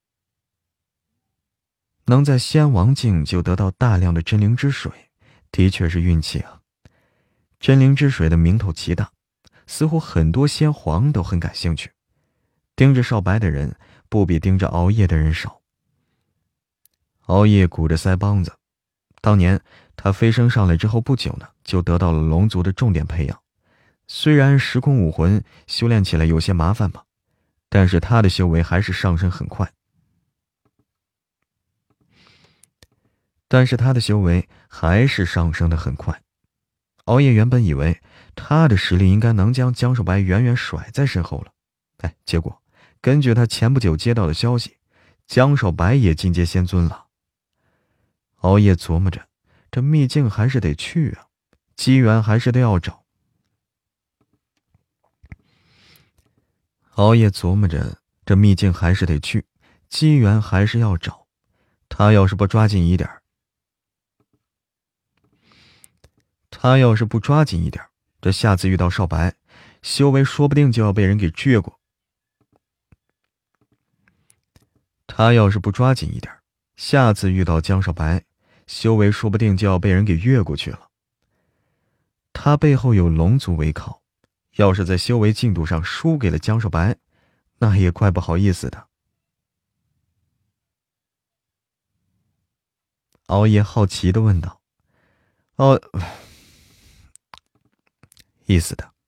Speaker 1: 能在仙王境就得到大量的真灵之水，的确是运气啊。真灵之水的名头极大，似乎很多仙皇都很感兴趣。盯着少白的人不比盯着熬夜的人少。熬夜鼓着腮帮子，当年他飞升上来之后不久呢，就得到了龙族的重点培养。虽然时空武魂修炼起来有些麻烦吧，但是他的修为还是上升很快。但是他的修为还是上升的很快。熬夜原本以为他的实力应该能将江少白远远甩在身后了，哎，结果根据他前不久接到的消息， 江少白也进阶仙尊了。熬夜琢磨着，这秘境还是得去啊，机缘还是得要找。熬夜琢磨着，这秘境还是得去，机缘还是要找。他要是不抓紧一点，他要是不抓紧一点，这下次遇到少白，修为说不定就要被人给撅过。他要是不抓紧一点，下次遇到江少白，修为说不定就要被人给越过去了。他背后有龙族为靠，要是在修为进度上输给了江少白，那也怪不好意思的。熬夜好奇地问道：“哦，意思的。”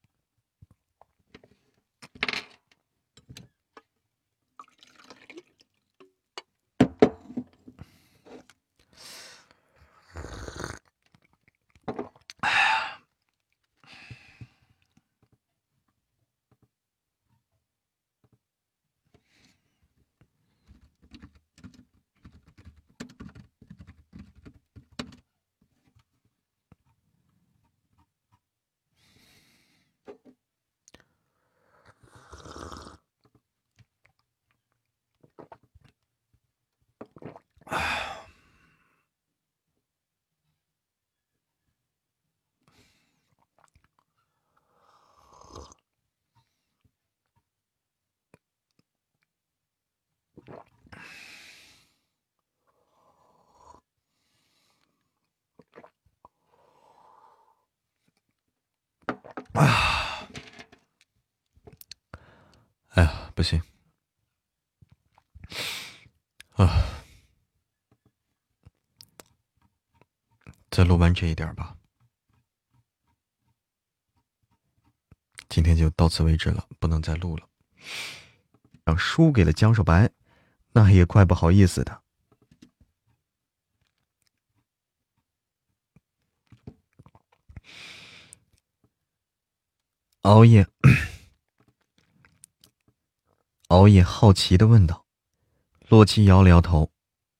Speaker 1: 啊！哎呀，不行啊！再录完这一点吧，今天就到此为止了，不能再录了。让输给了江少白，那也怪不好意思的。熬夜，熬夜好奇地问道。洛奇摇了摇头。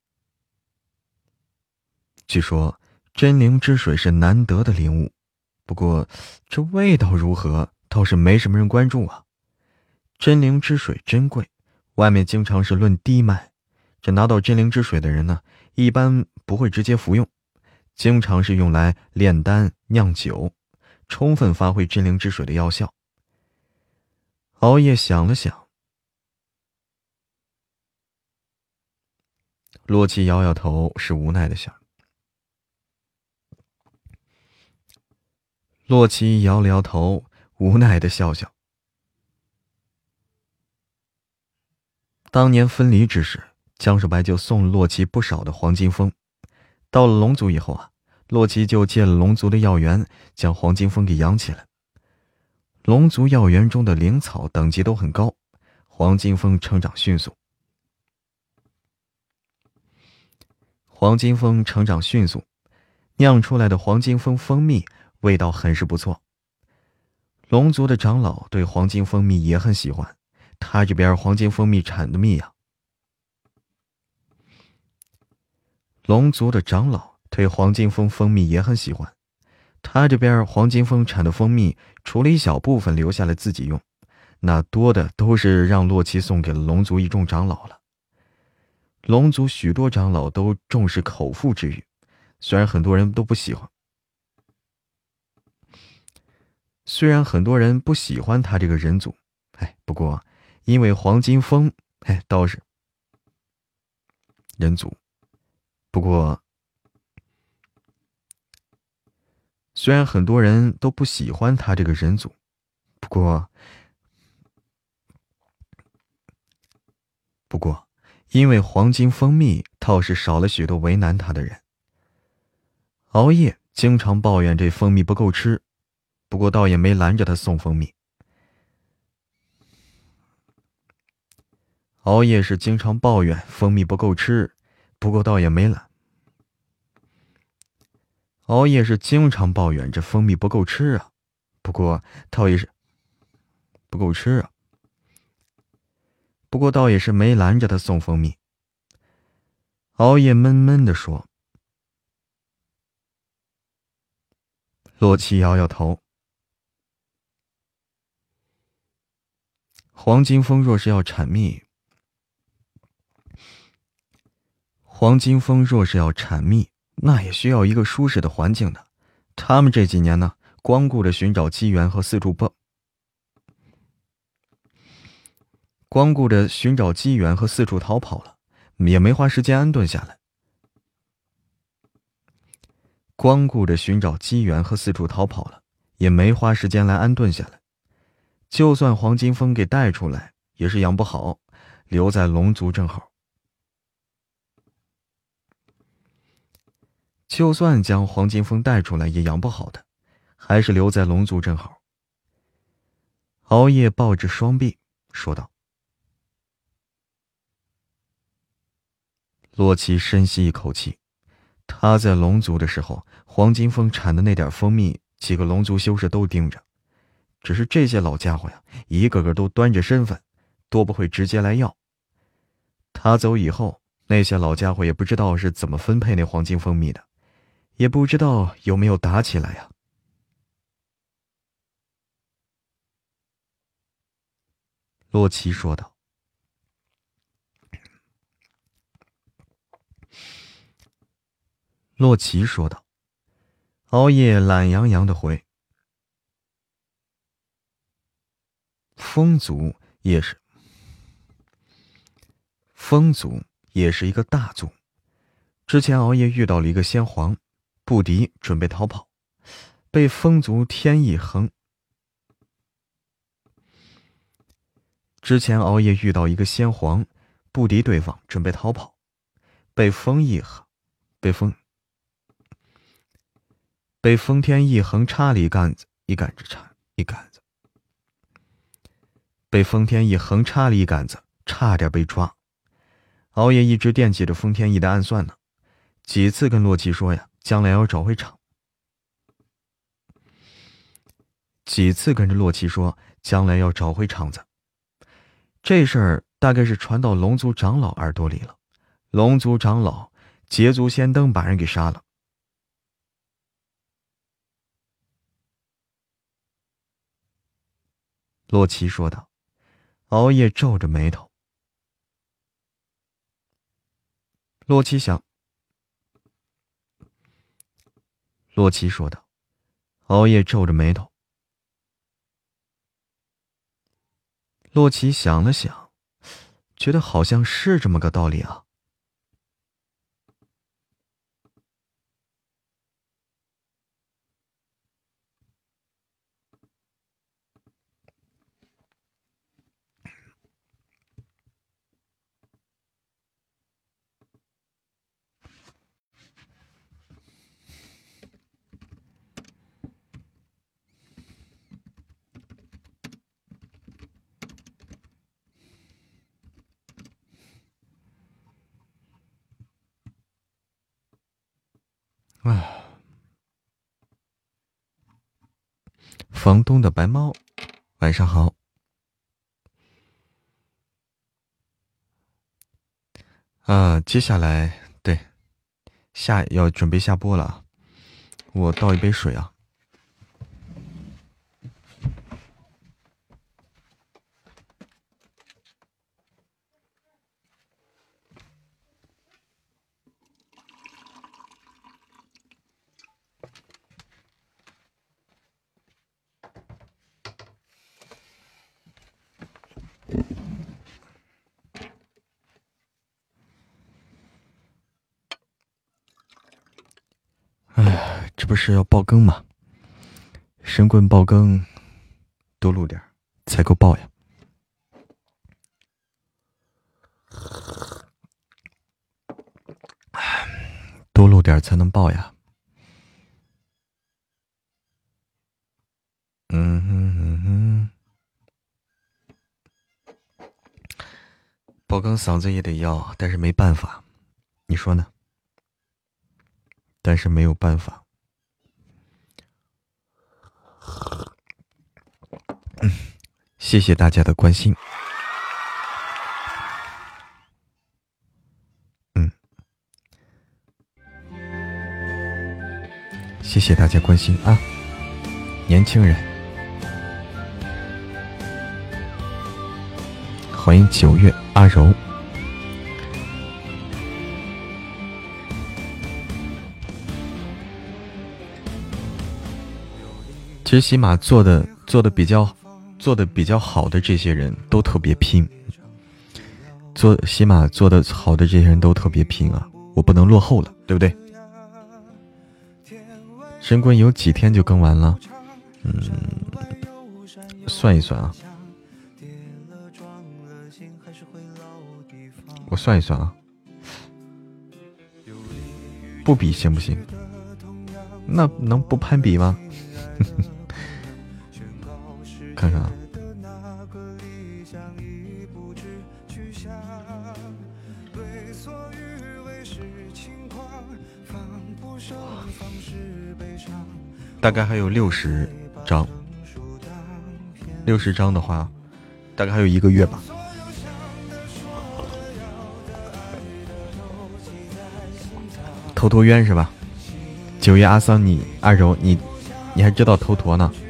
Speaker 1: 据说真灵之水是难得的灵物，不过这味道如何倒是没什么人关注啊。真灵之水珍贵，外面经常是论低卖，这拿到真灵之水的人呢，一般不会直接服用，经常是用来炼丹酿酒，充分发挥真灵之水的药效。熬夜想了想，洛奇摇摇头，是无奈的想。洛奇摇了摇头，无奈的笑笑。当年分离之时，江少白就送了洛奇不少的黄金蜂。到了龙族以后啊，洛奇就借了龙族的药源，将黄金蜂给养起来。龙族药源中的灵草等级都很高，黄金蜂成长迅速。黄金蜂成长迅速，酿出来的黄金蜂蜂蜜味道很是不错。龙族的长老对黄金蜂蜜也很喜欢，他这边黄金蜂蜜产的蜜啊，龙族的长老对黄金蜂蜂蜜也很喜欢，他这边黄金蜂产的蜂蜜，除了一小部分留下来自己用，那多的都是让洛奇送给了龙族一众长老了。龙族许多长老都重视口腹之欲，虽然很多人都不喜欢，虽然很多人不喜欢他这个人族，哎，不过因为黄金蜂，哎，倒是人族。不过，虽然很多人都不喜欢他这个人族，不过，不过，因为黄金蜂蜜倒是少了许多为难他的人。熬夜经常抱怨这蜂蜜不够吃，不过倒也没拦着他送蜂蜜。熬夜是经常抱怨蜂蜜不够吃，不过倒也没拦。熬夜是经常抱怨这蜂蜜不够吃啊，不过倒也是不够吃啊，不过倒也是没拦着他送蜂蜜。 熬夜闷闷地说。洛奇摇摇头。黄金峰若是要产蜜，黄金峰若是要产蜜，那也需要一个舒适的环境的。他们这几年呢，光顾着寻找机缘和四处蹦，光顾着寻找机缘和四处逃跑了，也没花时间安顿下来。光顾着寻找机缘和四处逃跑了，也没花时间来安顿下来。就算黄金峰给带出来，也是养不好，留在龙族正好。就算将黄金峰带出来，也养不好的，还是留在龙族正好。熬夜抱着双臂说道。洛奇深吸一口气，他在龙族的时候，黄金峰产的那点蜂蜜，几个龙族修士都盯着。只是这些老家伙呀，一个个都端着身份，多不会直接来要。他走以后，那些老家伙也不知道是怎么分配那黄金蜂蜜的，也不知道有没有打起来呀。洛奇说道。洛奇说道。熬夜懒洋洋地回。风族也是，风族也是一个大族。之前熬夜遇到了一个先皇，不敌，准备逃跑，被风族天一横。之前熬夜遇到一个先皇，不敌对方，准备逃跑，被风一横，被风被风天一横插了一杆子，一杆子插一杆子。被风天一横插了一杆子，差点被抓。熬夜一直惦记着风天一的暗算呢，几次跟洛奇说呀，将来要找回场。几次跟着洛奇说，将来要找回场子。这事儿大概是传到龙族长老耳朵里了。龙族长老捷足先登，把人给杀了。洛奇说道。熬夜皱着眉头。洛奇想，洛奇说道。熬夜皱着眉头。洛奇想了想，觉得好像是这么个道理啊。唉，房东的白猫，晚上好。啊，接下来对，下要准备下播了，我倒一杯水啊。哎，这不是要爆更吗？神棍爆更，多录点才够爆呀！多录点才能爆呀！嗯哼嗯哼，爆更嗓子也得要，但是没办法，你说呢？但是没有办法。嗯，谢谢大家的关心。嗯， 谢谢大家关心啊，年轻人，欢迎九月阿柔。其实喜马做的做的比较做的比较好的这些人都特别拼，做喜马做的好的这些人都特别拼啊，我不能落后了，对不对？神棍有几天就更完了？嗯，算一算啊，我算一算啊，不比行不行？那能不攀比吗？看看啊，大概还有六十张，六十张的话，大概还有一个月吧。头陀渊是吧？九月阿桑你阿柔你你还知道头陀呢？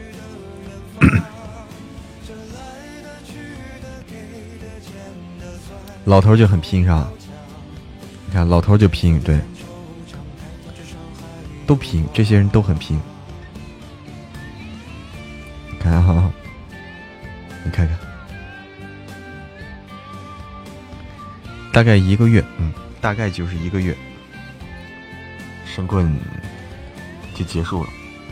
Speaker 1: 老头就很拼是吧？你看老头就拼，对，都拼，这些人都很拼。你看哈，你看看，大概一个月，嗯，大概就是一个月，神棍就结束了。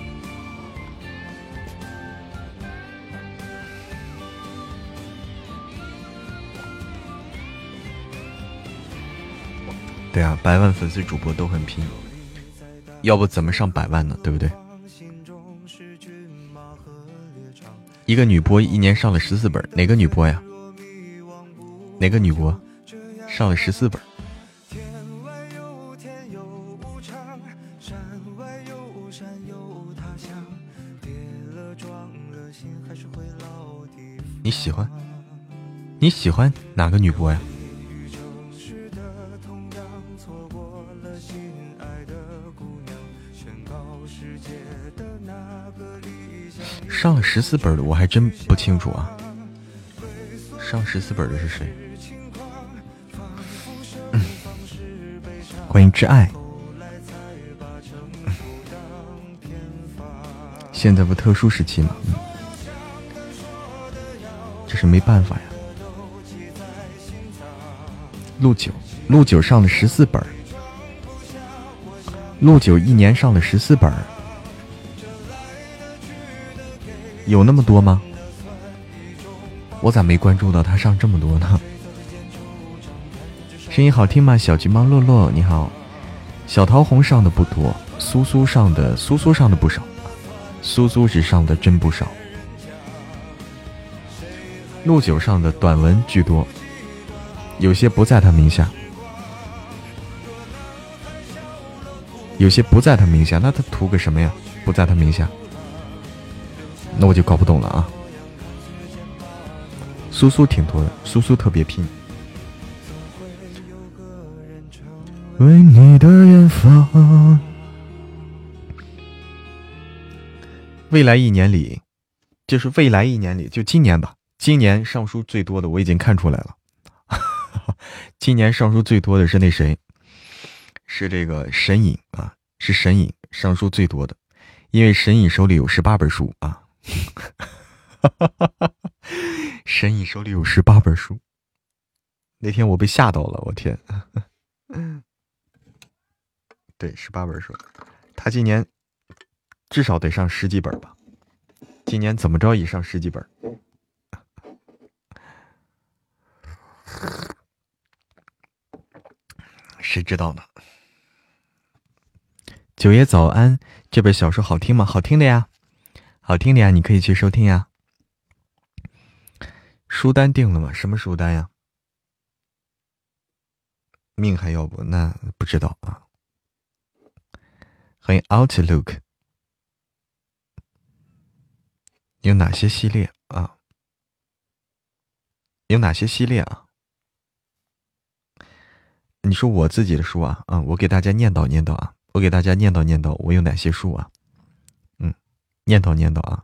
Speaker 1: 对啊，百万粉丝主播都很拼，要不怎么上百万呢？对不对？一个女播一年上了十四本，哪个女播呀？哪个女播上了十四本？你喜欢？你喜欢哪个女播呀？上了十四本的我还真不清楚啊，上十四本的是谁？嗯、欢迎挚爱。嗯、现在不特殊时期吗？嗯、这是没办法呀。陆九，陆九上了十四本，陆九一年上了十四本。有那么多吗？我咋没关注到他上这么多呢？声音好听吗？小橘猫洛洛你好。小桃红上的不多，苏苏上的苏苏上的不少，苏苏是上的真不少。陆九上的短文居多，有些不在他名下，有些不在他名下，那他图个什么呀？不在他名下，那我就搞不懂了啊。苏苏挺多的，苏苏特别拼。为你的远方，未来一年里，就是未来一年里，就今年吧，今年上书最多的我已经看出来了。今年上书最多的是那谁？是这个神隐啊，是神隐上书最多的，因为神隐手里有十八本书啊。神隐手里有十八本书，那天我被吓到了，我天！对，十八本书，他今年至少得上十几本吧？今年怎么着也上十几本？谁知道呢？九爷早安，这本小说好听吗？好听的呀，好听的呀，你可以去收听呀。书单定了吗？什么书单呀？命还要不？那不知道啊。欢迎 Outlook。有哪些系列啊？有哪些系列啊？你说我自己的书啊啊，我给大家念叨念叨啊。 我给大家念叨念叨我有哪些书啊？嗯，念叨念叨啊。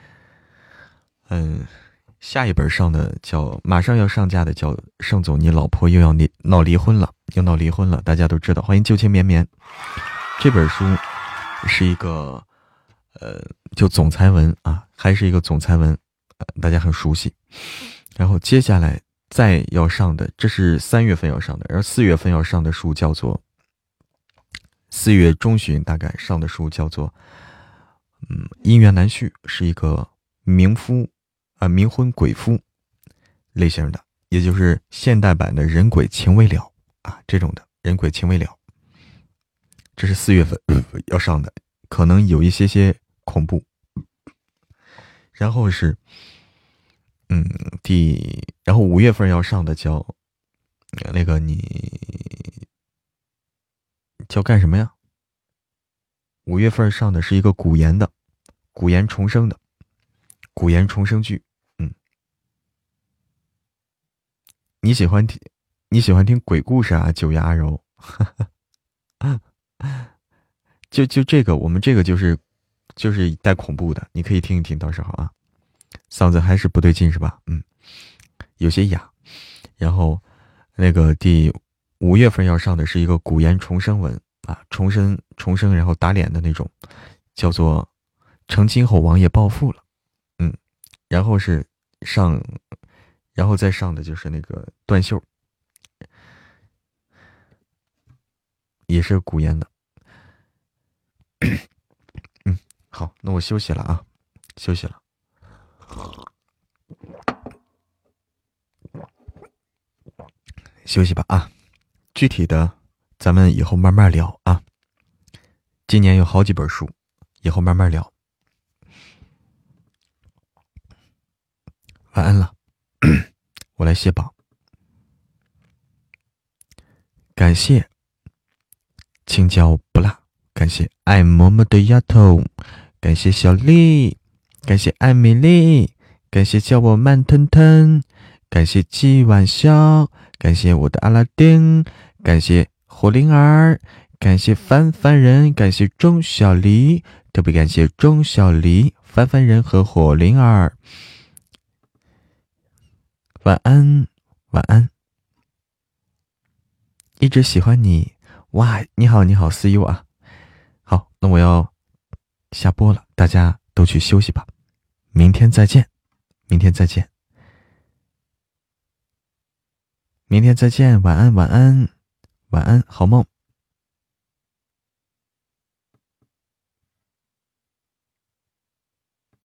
Speaker 1: 嗯，下一本上的叫马上要上架的叫盛总，你老婆又要离闹离婚了，又闹离婚了，大家都知道。欢迎旧情绵绵。这本书是一个呃，就总裁文啊，还是一个总裁文，呃、大家很熟悉。然后接下来再要上的，这是三月份要上的，然后四月份要上的书叫做四月中旬大概上的书叫做嗯，姻缘难续，是一个冥夫啊、呃、冥婚鬼夫类型的，也就是现代版的人鬼情未了啊，这种的人鬼情未了。这是四月份要上的，可能有一些些恐怖。然后是嗯第然后五月份要上的叫那个你叫干什么呀？五月份上的是一个古言的古言重生的古言重生剧。嗯，你喜欢听你喜欢听鬼故事啊？九月阿柔就就这个我们这个就是就是带恐怖的，你可以听一听，到时候啊嗓子还是不对劲是吧？嗯，有些哑。然后那个第五月份要上的是一个古言重生文啊，重生重生然后打脸的那种，叫做成亲后王爷暴富了。嗯，然后是上然后再上的就是那个断袖，也是古言的。嗯，好，那我休息了啊，休息了。休息吧啊，具体的咱们以后慢慢聊啊。今年有好几本书，以后慢慢聊。晚安了，我来卸榜。感谢青椒不辣，感谢爱嬷嬷的丫头，感谢小丽，感谢爱美丽，感谢叫我慢腾腾，感谢季晚笑，感谢我的阿拉丁，感谢火灵儿，感谢凡凡人，感谢钟小黎，特别感谢钟小黎、凡凡人和火灵儿。晚安，晚安。一直喜欢你，哇，你好，你好 ，see you 啊。好，那我要下播了，大家都去休息吧，明天再见，明天再见。明天再见，晚安，晚安，晚安，好梦。